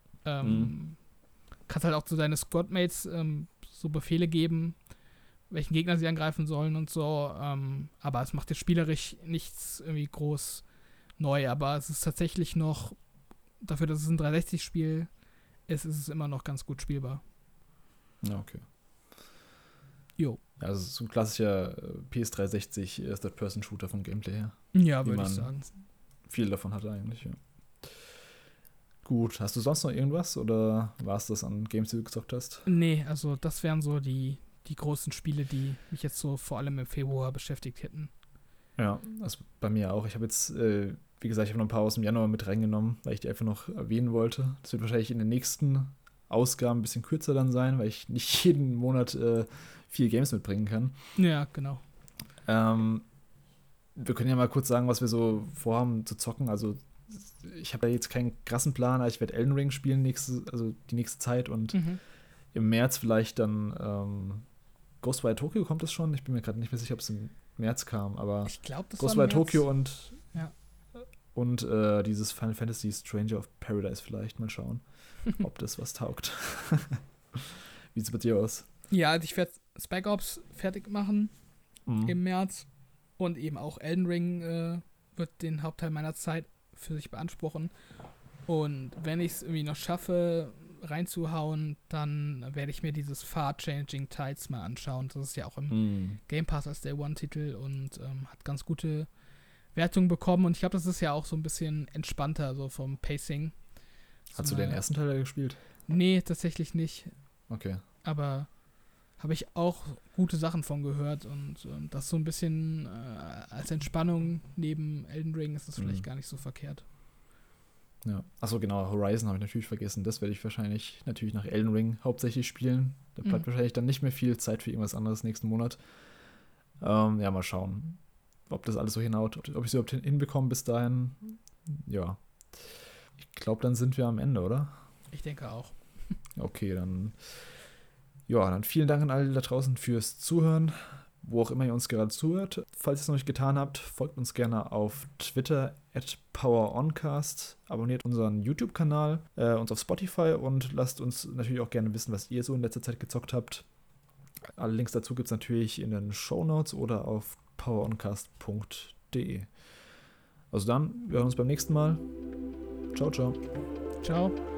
B: Kannst halt auch zu deinen Squadmates so Befehle geben, welchen Gegner sie angreifen sollen und so. Aber es macht jetzt spielerisch nichts irgendwie groß neu. Aber es ist tatsächlich noch, dafür, dass es ein 360-Spiel ist, ist es immer noch ganz gut spielbar.
A: Ja, okay.
B: Jo.
A: Ja, also so ein klassischer PS360 Third-Person-Shooter vom Gameplay her.
B: Ja, würde ich sagen.
A: Viel davon hatte eigentlich, ja. Gut, hast du sonst noch irgendwas oder war es das an Games, die du gezockt hast?
B: Nee, also das wären so die großen Spiele, die mich jetzt so vor allem im Februar beschäftigt hätten.
A: Ja, also bei mir auch. Ich habe jetzt, wie gesagt, ich habe noch ein paar aus dem Januar mit reingenommen, weil ich die einfach noch erwähnen wollte. Das wird wahrscheinlich in den nächsten Ausgaben ein bisschen kürzer dann sein, weil ich nicht jeden Monat 4 Games mitbringen kann.
B: Ja, genau.
A: Wir können ja mal kurz sagen, was wir so vorhaben zu zocken. Also ich habe ja jetzt keinen krassen Plan, aber ich werde Elden Ring spielen die nächste Zeit und im März vielleicht dann Ghostwire Tokyo kommt das schon. Ich bin mir gerade nicht mehr sicher, ob es im März kam, aber
B: ich glaube, das
A: Ghostwire Tokyo und
B: ja.
A: Dieses Final Fantasy Stranger of Paradise vielleicht. Mal schauen, ob das was taugt. Wie sieht es bei dir aus?
B: Ja, also ich werde Spec Ops fertig machen im März und eben auch Elden Ring wird den Hauptteil meiner Zeit für sich beanspruchen. Und wenn ich es irgendwie noch schaffe, reinzuhauen, dann werde ich mir dieses Far Changing Tides mal anschauen. Das ist ja auch im Game Pass als Day One-Titel und hat ganz gute Wertungen bekommen. Und ich glaube, das ist ja auch so ein bisschen entspannter, so vom Pacing.
A: Hast du den ersten Teil gespielt?
B: Nee, tatsächlich nicht.
A: Okay.
B: Aber habe ich auch gute Sachen von gehört und das so ein bisschen als Entspannung neben Elden Ring ist das vielleicht gar nicht so verkehrt.
A: Ja. Achso, genau, Horizon habe ich natürlich vergessen. Das werde ich wahrscheinlich natürlich nach Elden Ring hauptsächlich spielen. Da bleibt wahrscheinlich dann nicht mehr viel Zeit für irgendwas anderes nächsten Monat. Ja, mal schauen, ob das alles so hinhaut, ob ich es überhaupt hinbekomme bis dahin. Ja. Ich glaube, dann sind wir am Ende, oder?
B: Ich denke auch.
A: Okay, dann vielen Dank an alle da draußen fürs Zuhören, wo auch immer ihr uns gerade zuhört. Falls ihr es noch nicht getan habt, folgt uns gerne auf Twitter @PowerOncast, abonniert unseren YouTube-Kanal, uns auf Spotify und lasst uns natürlich auch gerne wissen, was ihr so in letzter Zeit gezockt habt. Alle Links dazu gibt es natürlich in den Shownotes oder auf poweroncast.de. Also dann, wir hören uns beim nächsten Mal. Ciao, ciao.
B: Ciao.